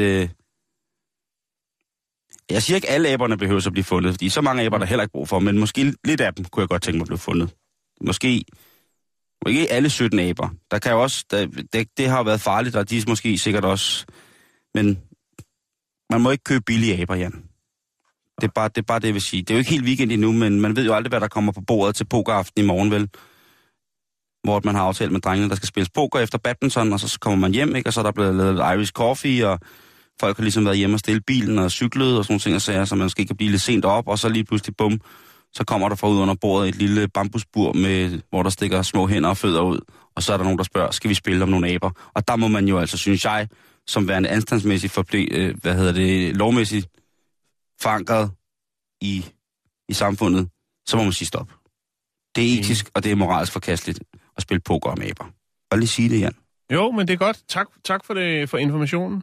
Jeg siger ikke, at alle aberne behøver at blive fundet, fordi så mange aber der heller ikke brug for, men måske lidt af dem kunne jeg godt tænke mig at blive fundet. Måske ikke alle 17 aber. Der kan jo også... Det har jo været farligt, og de er måske sikkert også... Men man må ikke købe billige aber, Jan. Det er bare det, jeg vil sige. Det er jo ikke helt weekend endnu, men man ved jo aldrig, hvad der kommer på bordet til pokeraften i morgen, vel? Hvor man har aftalt med drengene, der skal spilles poker efter badminton, og så kommer man hjem, ikke? Og så er der blevet lavet Irish coffee, og folk har ligesom været hjemme og stille bilen og cyklet og sådan nogle ting og sager, så man skal ikke blive lidt sent op, og så lige pludselig, bum, så kommer der fra ud under bordet et lille bambusbur, med, hvor der stikker små hænder og fødder ud, og så er der nogen, der spørger, skal vi spille om nogle aber? Og der må man jo altså, synes jeg, som værende anstandsmæssigt lovmæssigt forankret i samfundet, så må man sige stop. Det er etisk, og det er moralsk forkasteligt at spille poker om aber. Og lige sige det, Jan. Jo, men det er godt. Tak for informationen.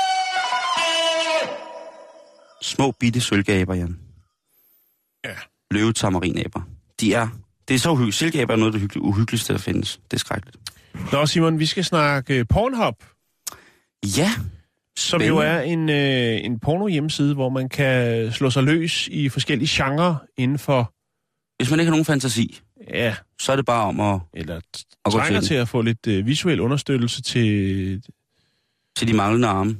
Små bitte sølkeaber, Jan. Ja, løvetammerinaber. Det er så uhyggeligt. Silkeaber er noget af det uhyggeligste, der findes. Det er skrækkeligt. Nå, Simon, vi skal snakke Pornhub. Ja. Som jo er en porno-hjemmeside, hvor man kan slå sig løs i forskellige genrer inden for... Hvis man ikke har nogen fantasi, ja, så er det bare om at... Eller trænger til at få lidt visuel understøttelse til... Til de manglende arme.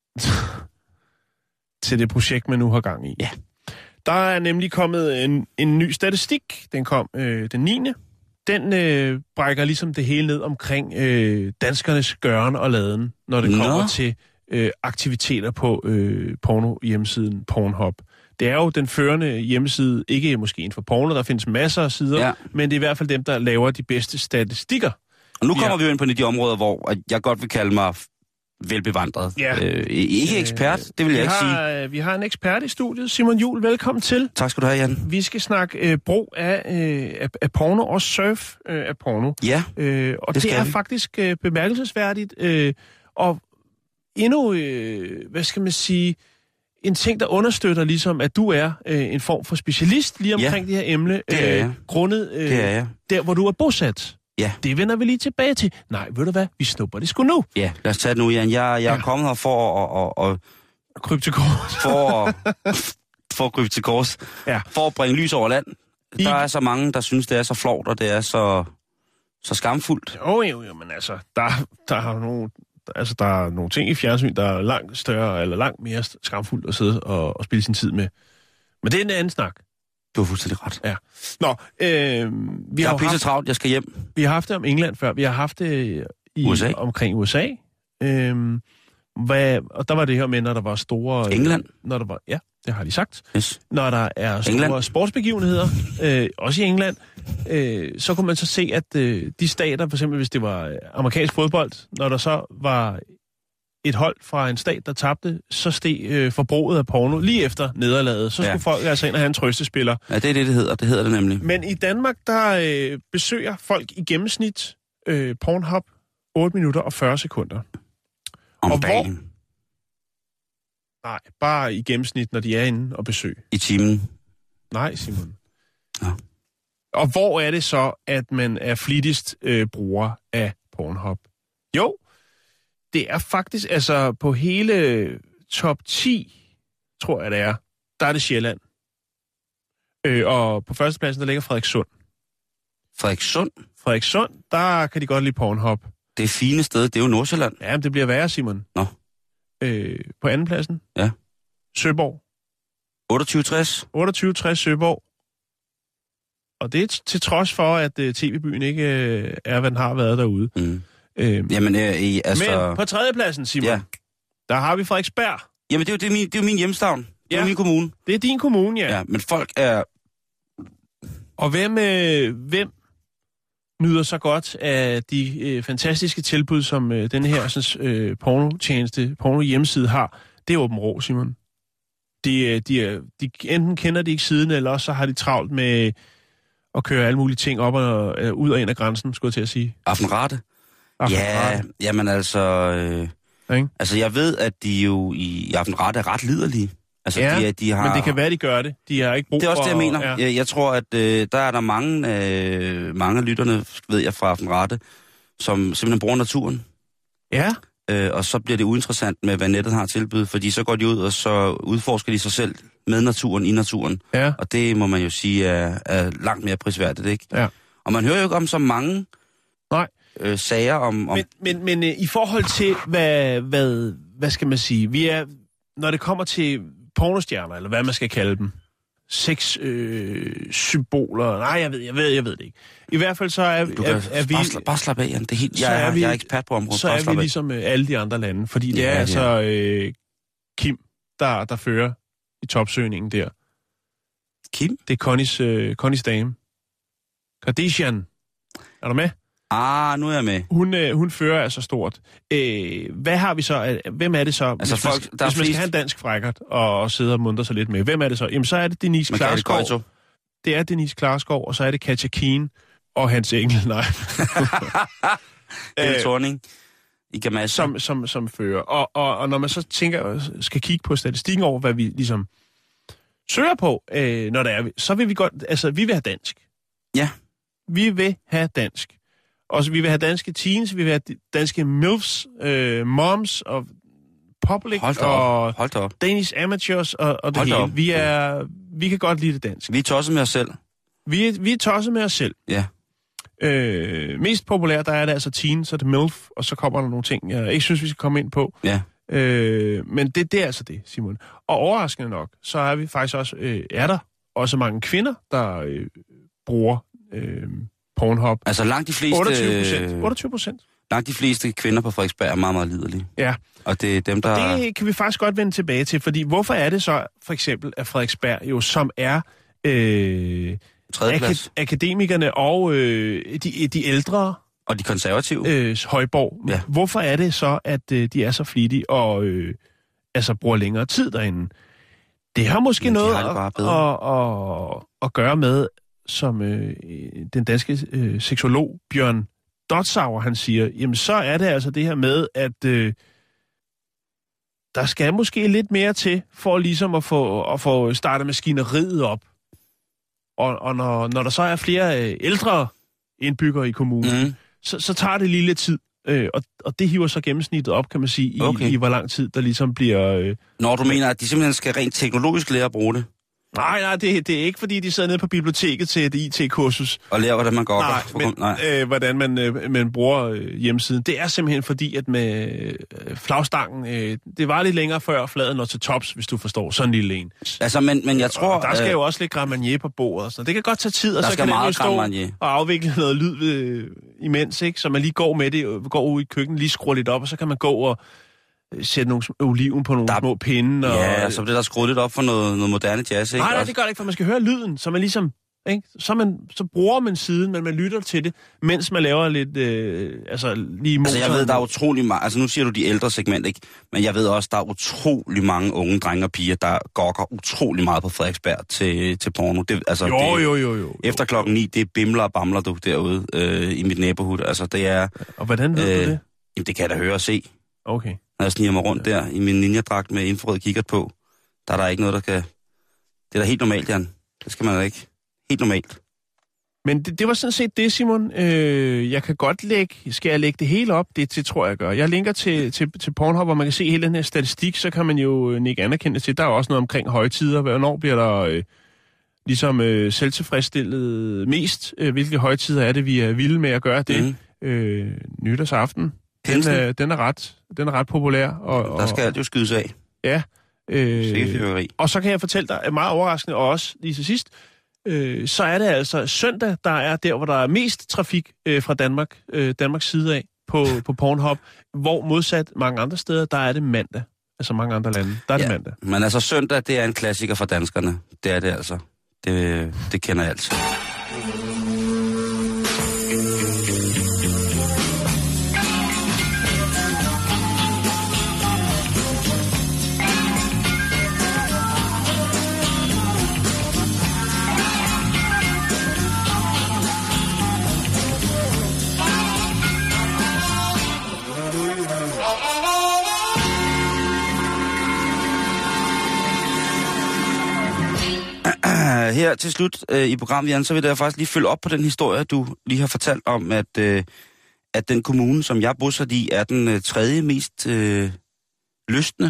til det projekt, man nu har gang i. Ja. Der er nemlig kommet en ny statistik. Den kom den 9. Den brækker ligesom det hele ned omkring danskernes gøren og laden, når det kommer til aktiviteter på porno-hjemmesiden Pornhub. Det er jo den førende hjemmeside, ikke måske inden for porno, der findes masser af sider, men det er i hvert fald dem, der laver de bedste statistikker. Og nu kommer vi jo ind på de områder, hvor jeg godt vil kalde mig velbevandret. Ja. Ikke ekspert, det vil jeg ikke sige. Vi har en ekspert i studiet. Simon Juhl, velkommen til. Tak skal du have, Jan. Vi skal snakke brug af porno og surf af porno. Ja, og det er faktisk bemærkelsesværdigt. Og endnu, hvad skal man sige, en ting, der understøtter ligesom, at du er en form for specialist lige omkring det her emne. Grundet der, hvor du er bosat. Ja. Det vender vi lige tilbage til. Nej, ved du hvad? Vi snupper det sgu nu. Ja, lad os tage det nu, Jan. Jeg er kommet her for at krybe til kors. For at krybe til kors. Ja. For at bringe lys over land. Der er så mange, der synes, det er så flovt, og det er så skamfuldt. Jo, men altså, der er nogle ting i fjernsyn, der er langt større, eller langt mere skamfuldt at sidde og spille sin tid med. Men det er en anden snak. Du har fuldstændig ret. Ja. Nå, vi har haft travlt, jeg skal hjem. Vi har haft det om England før. Vi har haft det omkring USA. Og der var det her med, når der var store... England? Når der var, ja, det har de sagt. Yes. Når der er store sportsbegivenheder, også i England, så kunne man så se, at de stater, for eksempel hvis det var amerikansk fodbold, når der så var et hold fra en stat, der tabte, så steg forbruget af porno lige efter nederlaget. Så skulle folk altså ind og have en trøstespiller. Ja, det er det hedder. Det hedder det nemlig. Men i Danmark, der besøger folk i gennemsnit Pornhub 8 minutter og 40 sekunder. Om dagen? Nej, bare i gennemsnit, når de er inde og besøger. I timen? Nej, Simon. Ja. Og hvor er det så, at man er flittigst bruger af Pornhub? Jo, det er faktisk, altså på hele top 10, tror jeg det er, der er det Sjælland. Og på førstepladsen, der ligger Frederikssund. Frederikssund, der kan de godt lide Pornhub. Det fine sted, det er jo Nordsjælland. Ja, men det bliver værre, Simon. Nå. På andenpladsen? Ja. Søborg. 2860 Søborg. Og det er til trods for, at TV-byen ikke er, hvad den har været derude. Mm. Jamen, altså... Men på tredjepladsen, Simon, der har vi Frederiksberg. Jamen, det er jo min hjemstavn. Det er min kommune. Det er din kommune, ja. Ja, men folk er... Og hvem nyder så godt af de fantastiske tilbud, som denne her porno-hjemmeside har? Det er Åben Rå, Simon. De enten kender de ikke siden, eller også så har de travlt med at køre alle mulige ting op og ud og ind af grænsen, skulle jeg til at sige. Aftenrate? Ja, jamen altså... altså, jeg ved, at de jo i Aftenrate er ret liderlige. Altså, ja, de har... men det kan være, de gør det. De har ikke brug for... Det er også det, jeg mener. Ja. Jeg tror, at der er der mange af lytterne, ved jeg, fra Aftenrate, som simpelthen bruger naturen. Ja. Og så bliver det uinteressant med, hvad nettet har tilbydet, fordi så går de ud, og så udforsker de sig selv med naturen, i naturen. Ja. Og det må man jo sige er langt mere prisværdigt, ikke? Ja. Og man hører jo ikke om så mange sager om... Men i forhold til, hvad skal man sige, vi er, når det kommer til pornostjerner, eller hvad man skal kalde dem, sexsymboler, nej, jeg ved det ikke. I hvert fald så er vi... Bare slap af, Jan. Det er helt, jeg er ekspert på området. Så er vi ligesom alle de andre lande, fordi det er altså Kim, der fører i topsøgningen der. Kim? Det er Connys dame. Kardashian. Er du med? Nu er jeg med. Hun fører altså stort. Hvad har vi så? Hvem er det så? Altså hvis man skal have en dansk frækkert og sidde og muntre sig lidt med. Hvem er det så? Jamen, så er det Denise Klarskov. Det er Denise Klarskov, og så er det Katja Keen og Hans Engel. Nej. Helle Thorning i Gamasser. Som fører. Og når man så skal kigge på statistikken over, hvad vi ligesom søger på, når det er, så vil vi godt, altså vi vil have dansk. Ja. Vi vil have dansk. Og så vi vil have danske teens, vi vil have danske MILFs, moms og public Hold da op. Danish amateurs og det hele. Vi kan godt lide det dansk. Vi er tosset med os selv. Vi er tosset med os selv. Ja. Mest populært, der er det altså teen, så er det MILF, og så kommer der nogle ting, jeg ikke synes, vi skal komme ind på. Ja. Men det er altså det, Simon. Og overraskende nok, så er vi faktisk også, er der også mange kvinder, der bruger Pornhub. Altså langt de fleste... 28%. Langt de fleste kvinder på Frederiksberg er meget, meget liderlige. Ja. Og det er dem, der... Og det kan vi faktisk godt vende tilbage til, fordi hvorfor er det så, for eksempel, at Frederiksberg jo, som er akademikerne og de ældre... Og de konservative. Højborg. Ja. Hvorfor er det så, at de er så flittige og altså bruger længere tid derinde? Det har måske noget at gøre med, som den danske seksolog Bjørn Dotsauer, han siger, jamen så er det altså det her med, at der skal måske lidt mere til, for ligesom at få startet maskineriet op. Og når der så er flere ældre indbyggere i kommunen, så tager det lige lidt tid. Og det hiver så gennemsnittet op, kan man sige, i hvor lang tid der ligesom bliver... Når du mener, at de simpelthen skal rent teknologisk lære at bruge det? Nej, det er ikke, fordi de sidder nede på biblioteket til et IT-kursus. Og lærer, hvordan man går hvordan man bruger hjemmesiden. Det er simpelthen fordi, at med flagstangen, det var lidt længere før fladen når til tops, hvis du forstår, sådan en lille en. Altså, men jeg tror... Og der skal jo også lidt Grammarnier på bordet og sådan. Det kan godt tage tid, og så kan man jo stå og afvikle noget lyd imens, ikke? Så man lige går med det, går ud i køkkenet, lige skruer lidt op, og så kan man gå og sætte nogle oliven på nogle små pinde. Ja, så bliver der skruet lidt op for noget moderne jazz, ikke? Nej, det gør det ikke, for man skal høre lyden, så man ligesom... Ikke? Så bruger man siden, men man lytter til det, mens man laver lidt, lige motor. Altså, jeg ved, der er utrolig mange... Altså, nu siger du de ældre segment, ikke? Men jeg ved også, der er utrolig mange unge drenge og piger, der gokker utrolig meget på Frederiksberg til porno. Det, altså, jo. Efter klokken 9, det er bimler og bamler, du, derude i mit neighborhood. Altså, det er... Og hvordan ved du det? Jamen, det kan jeg da høre og se. Okay. Når jeg sniger mig rundt der i min ninja-dragt med infrarød kikkert på, der er der ikke noget, der kan... Det er da helt normalt, Jan. Det skal man da ikke. Helt normalt. Men det var sådan set det, Simon. Jeg kan godt skal jeg lægge det hele op? Det tror jeg gør. Jeg linker til Pornhub, hvor man kan se hele den her statistik, så kan man jo nikke anerkendelse til. Der er også noget omkring højtider. Hvornår bliver der ligesom selvtilfredsstillet mest? Hvilke højtider er det, vi er vilde med at gøre det? Nytårsaften. Den er ret populær. Og der skal alt jo skydes af. Ja. Og så kan jeg fortælle dig, meget overraskende, og også lige til sidst, så er det altså søndag, der er der, hvor der er mest trafik fra Danmarks side af på Pornhub, hvor modsat mange andre steder, der er det mandag. Altså mange andre lande, der er det mandag. Men altså søndag, det er en klassiker for danskerne. Det er det altså. Det kender jeg altså. Her til slut i programmet, Jan, så vil jeg faktisk lige følge op på den historie, du lige har fortalt om, at den kommune, som jeg bosat i, er den tredje mest lystende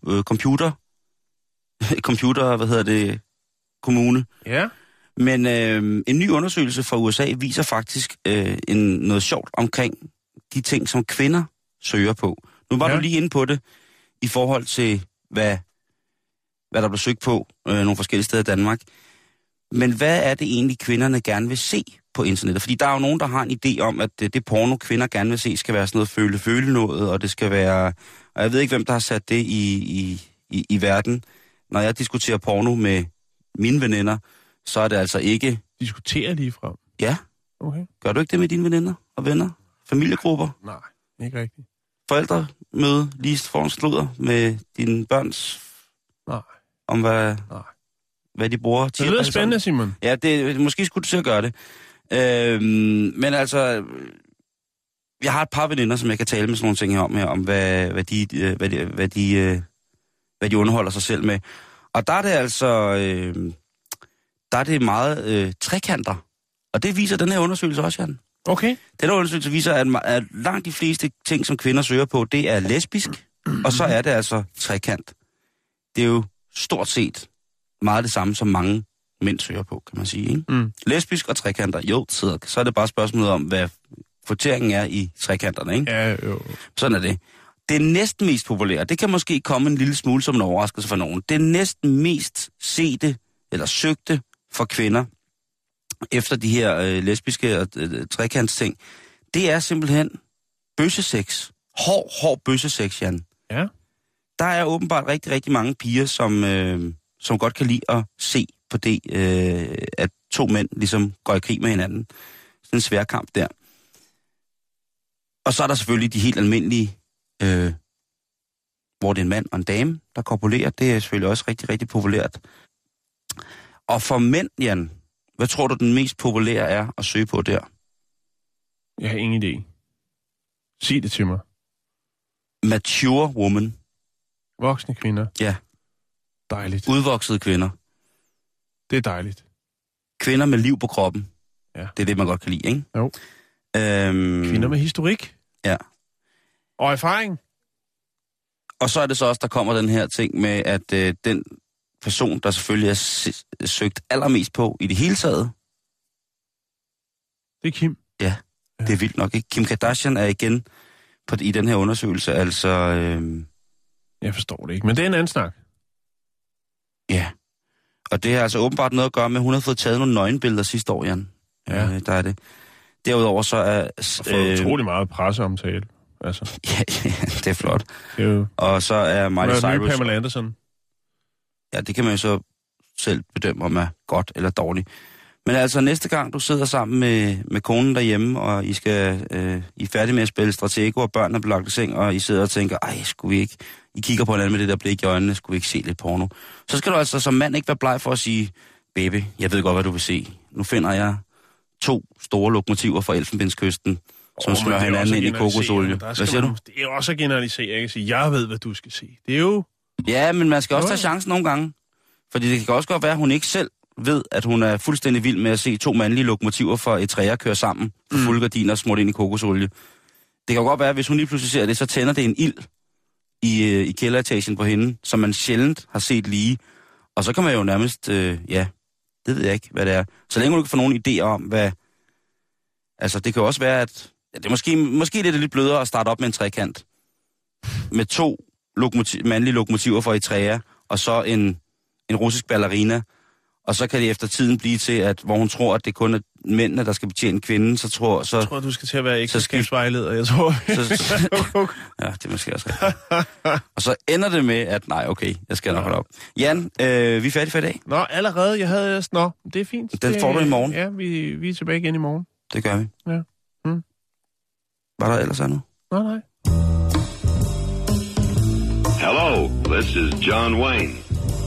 kommune. Ja. Men en ny undersøgelse fra USA viser faktisk noget sjovt omkring de ting, som kvinder søger på. Nu var du lige inde på det i forhold til, hvad der blev søgt på nogle forskellige steder i Danmark. Men hvad er det egentlig, kvinderne gerne vil se på internettet? Fordi der er jo nogen, der har en idé om, at det porno, kvinder gerne vil se, skal være sådan noget føle noget, og det skal være... Og jeg ved ikke, hvem der har sat det i verden. Når jeg diskuterer porno med mine veninder, så er det altså ikke... Diskuterer lige frem? Ja. Okay. Gør du ikke det med dine veninder og venner? Familiegrupper? Nej, ikke rigtigt. Forældremøde lige foran sludder med dine børns... Nej. Om hvad de bruger. Det lyder spændende, Simon. Ja, måske skulle du til at gøre det. Men altså, jeg har et par veninder, som jeg kan tale med sådan nogle ting her om hvad de underholder sig selv med. Og der er det altså, der er det meget trekanter. Og det viser den her undersøgelse også, Jan. Okay. Den her undersøgelse viser, at langt de fleste ting, som kvinder søger på, det er lesbisk, og så er det altså trekant. Det er jo stort set meget det samme, som mange mænd søger på, kan man sige. Ikke? Lesbisk og trekanter, jo, så er det bare spørgsmålet om, hvad kvoteringen er i trekanterne. Ikke? Ja, jo. Sådan er det. Det næsten mest populære, det kan måske komme en lille smule som en overraskelse for nogen. Det næsten mest sete eller søgte for kvinder, efter de her lesbiske og trekantsting, det er simpelthen bøssesex. Hård bøssesex, Jan. Ja. Der er åbenbart rigtig, rigtig mange piger, som godt kan lide at se på det, at to mænd ligesom går i krig med hinanden. Sådan en svær kamp der. Og så er der selvfølgelig de helt almindelige, hvor det er en mand og en dame, der korpulerer. Det er selvfølgelig også rigtig, rigtig populært. Og for mænd, Jan, hvad tror du, den mest populære er at søge på der? Jeg har ingen idé. Sig det til mig. Mature woman. Voksne kvinder. Ja. Dejligt. Udvoksede kvinder. Det er dejligt. Kvinder med liv på kroppen. Ja. Det er det, man godt kan lide, ikke? Jo. Kvinder med historik. Ja. Og erfaring. Og så er det så også, der kommer den her ting med, at den person, der selvfølgelig er søgt allermest på i det hele taget. Det er Kim. Ja, det er vildt nok, ikke? Kim Kardashian er igen i den her undersøgelse, altså... Jeg forstår det ikke, men det er en anden snak. Ja, og det har altså åbenbart noget at gøre med, at hun har fået taget nogle nøgenbilleder sidste år, Jan. Ja. Der er det. Derudover så er... Og fået utrolig meget presseomtale. Altså. Ja, det er flot. Det er jo... Og så er Miley Cyrus... Pamela Anderson. Ja, det kan man jo så selv bedømme, om er godt eller dårligt. Men altså næste gang, du sidder sammen med konen derhjemme, og I er færdige med at spille Stratego, og børnene er blevet lagt i seng, og I sidder og tænker, skulle vi ikke... I kigger på hinanden med det der blik i øjnene, skulle vi ikke se lidt porno? Så skal du altså som mand ikke være bleg for at sige, baby, jeg ved godt, hvad du vil se. Nu finder jeg 2 store lokomotiver fra Elfenbenskysten, som smører hinanden ind i kokosolie. Hvad siger du? Det er jo også at generalisere. Jeg kan sige, jeg ved, hvad du skal se. Det er jo... Ja, men man skal også tage chancen nogle gange. Fordi det kan også godt være, at hun ikke selv ved, at hun er fuldstændig vild med at se 2 mandlige lokomotiver fra Eritrea køre sammen for fulde gardiner smurt ind i kokosolie. Det kan godt være, at hvis hun lige pludselig ser det, så tænder det en ild i kælderetagen på hende, som man sjældent har set lige. Og så kan man jo nærmest, det ved jeg ikke, hvad det er. Så længe du ikke får nogen idéer om, hvad... Altså, det kan jo også være, at... Ja, det er måske det er lidt blødere at starte op med en trekant. Med 2 mandlige lokomotiver fra Eritrea, og så en russisk ballerina. Og så kan det efter tiden blive til, at hvor hun tror, at det kun er mændene, der skal betjene kvinden, så tror... Jeg tror, du skal til at være ægteskabsvejleder, jeg tror. Ja, det er måske også. Og så ender det med, at nej, okay, jeg skal nok holde op. Jan, vi er færdige for i dag. Nå, allerede. Jeg havde... Nå, det er fint. Den får du i morgen. Ja, vi er tilbage igen i morgen. Det gør vi. Ja. Var der ellers andet? Nej. Hello, this is John Wayne.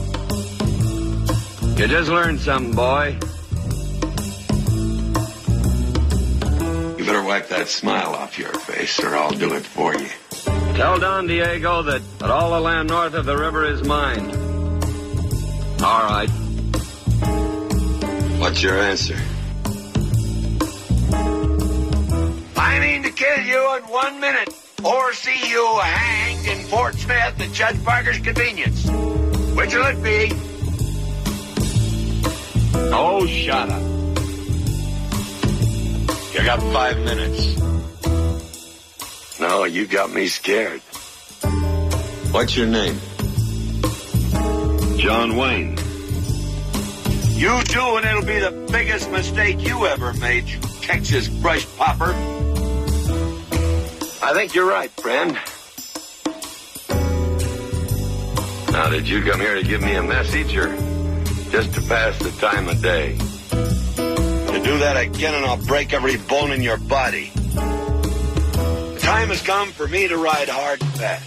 You just learned something, boy. You better wipe that smile off your face, or I'll do it for you. Tell Don Diego that all the land north of the river is mine. All right. What's your answer? I mean to kill you in 1 minute, or see you hanged in Fort Smith at Judge Parker's convenience. Which will it be? Oh, shut up. You got 5 minutes. No, you got me scared. What's your name? John Wayne. You do, and it'll be the biggest mistake you ever made, you Texas brush popper. I think you're right, friend. Now, did you come here to give me a message, or just to pass the time of day? To do that again, and I'll break every bone in your body. The time has come for me to ride hard and fast.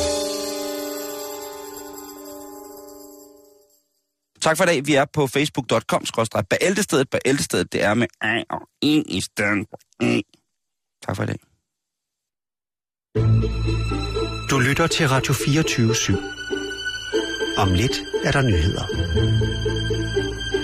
Tak for i dag. Vi er på facebook.com/Bæltestedet. Bæltestedet, det er med A og en i stedet. Tak for i dag. Du lytter til Radio 24/7. Om lidt er der nyheder.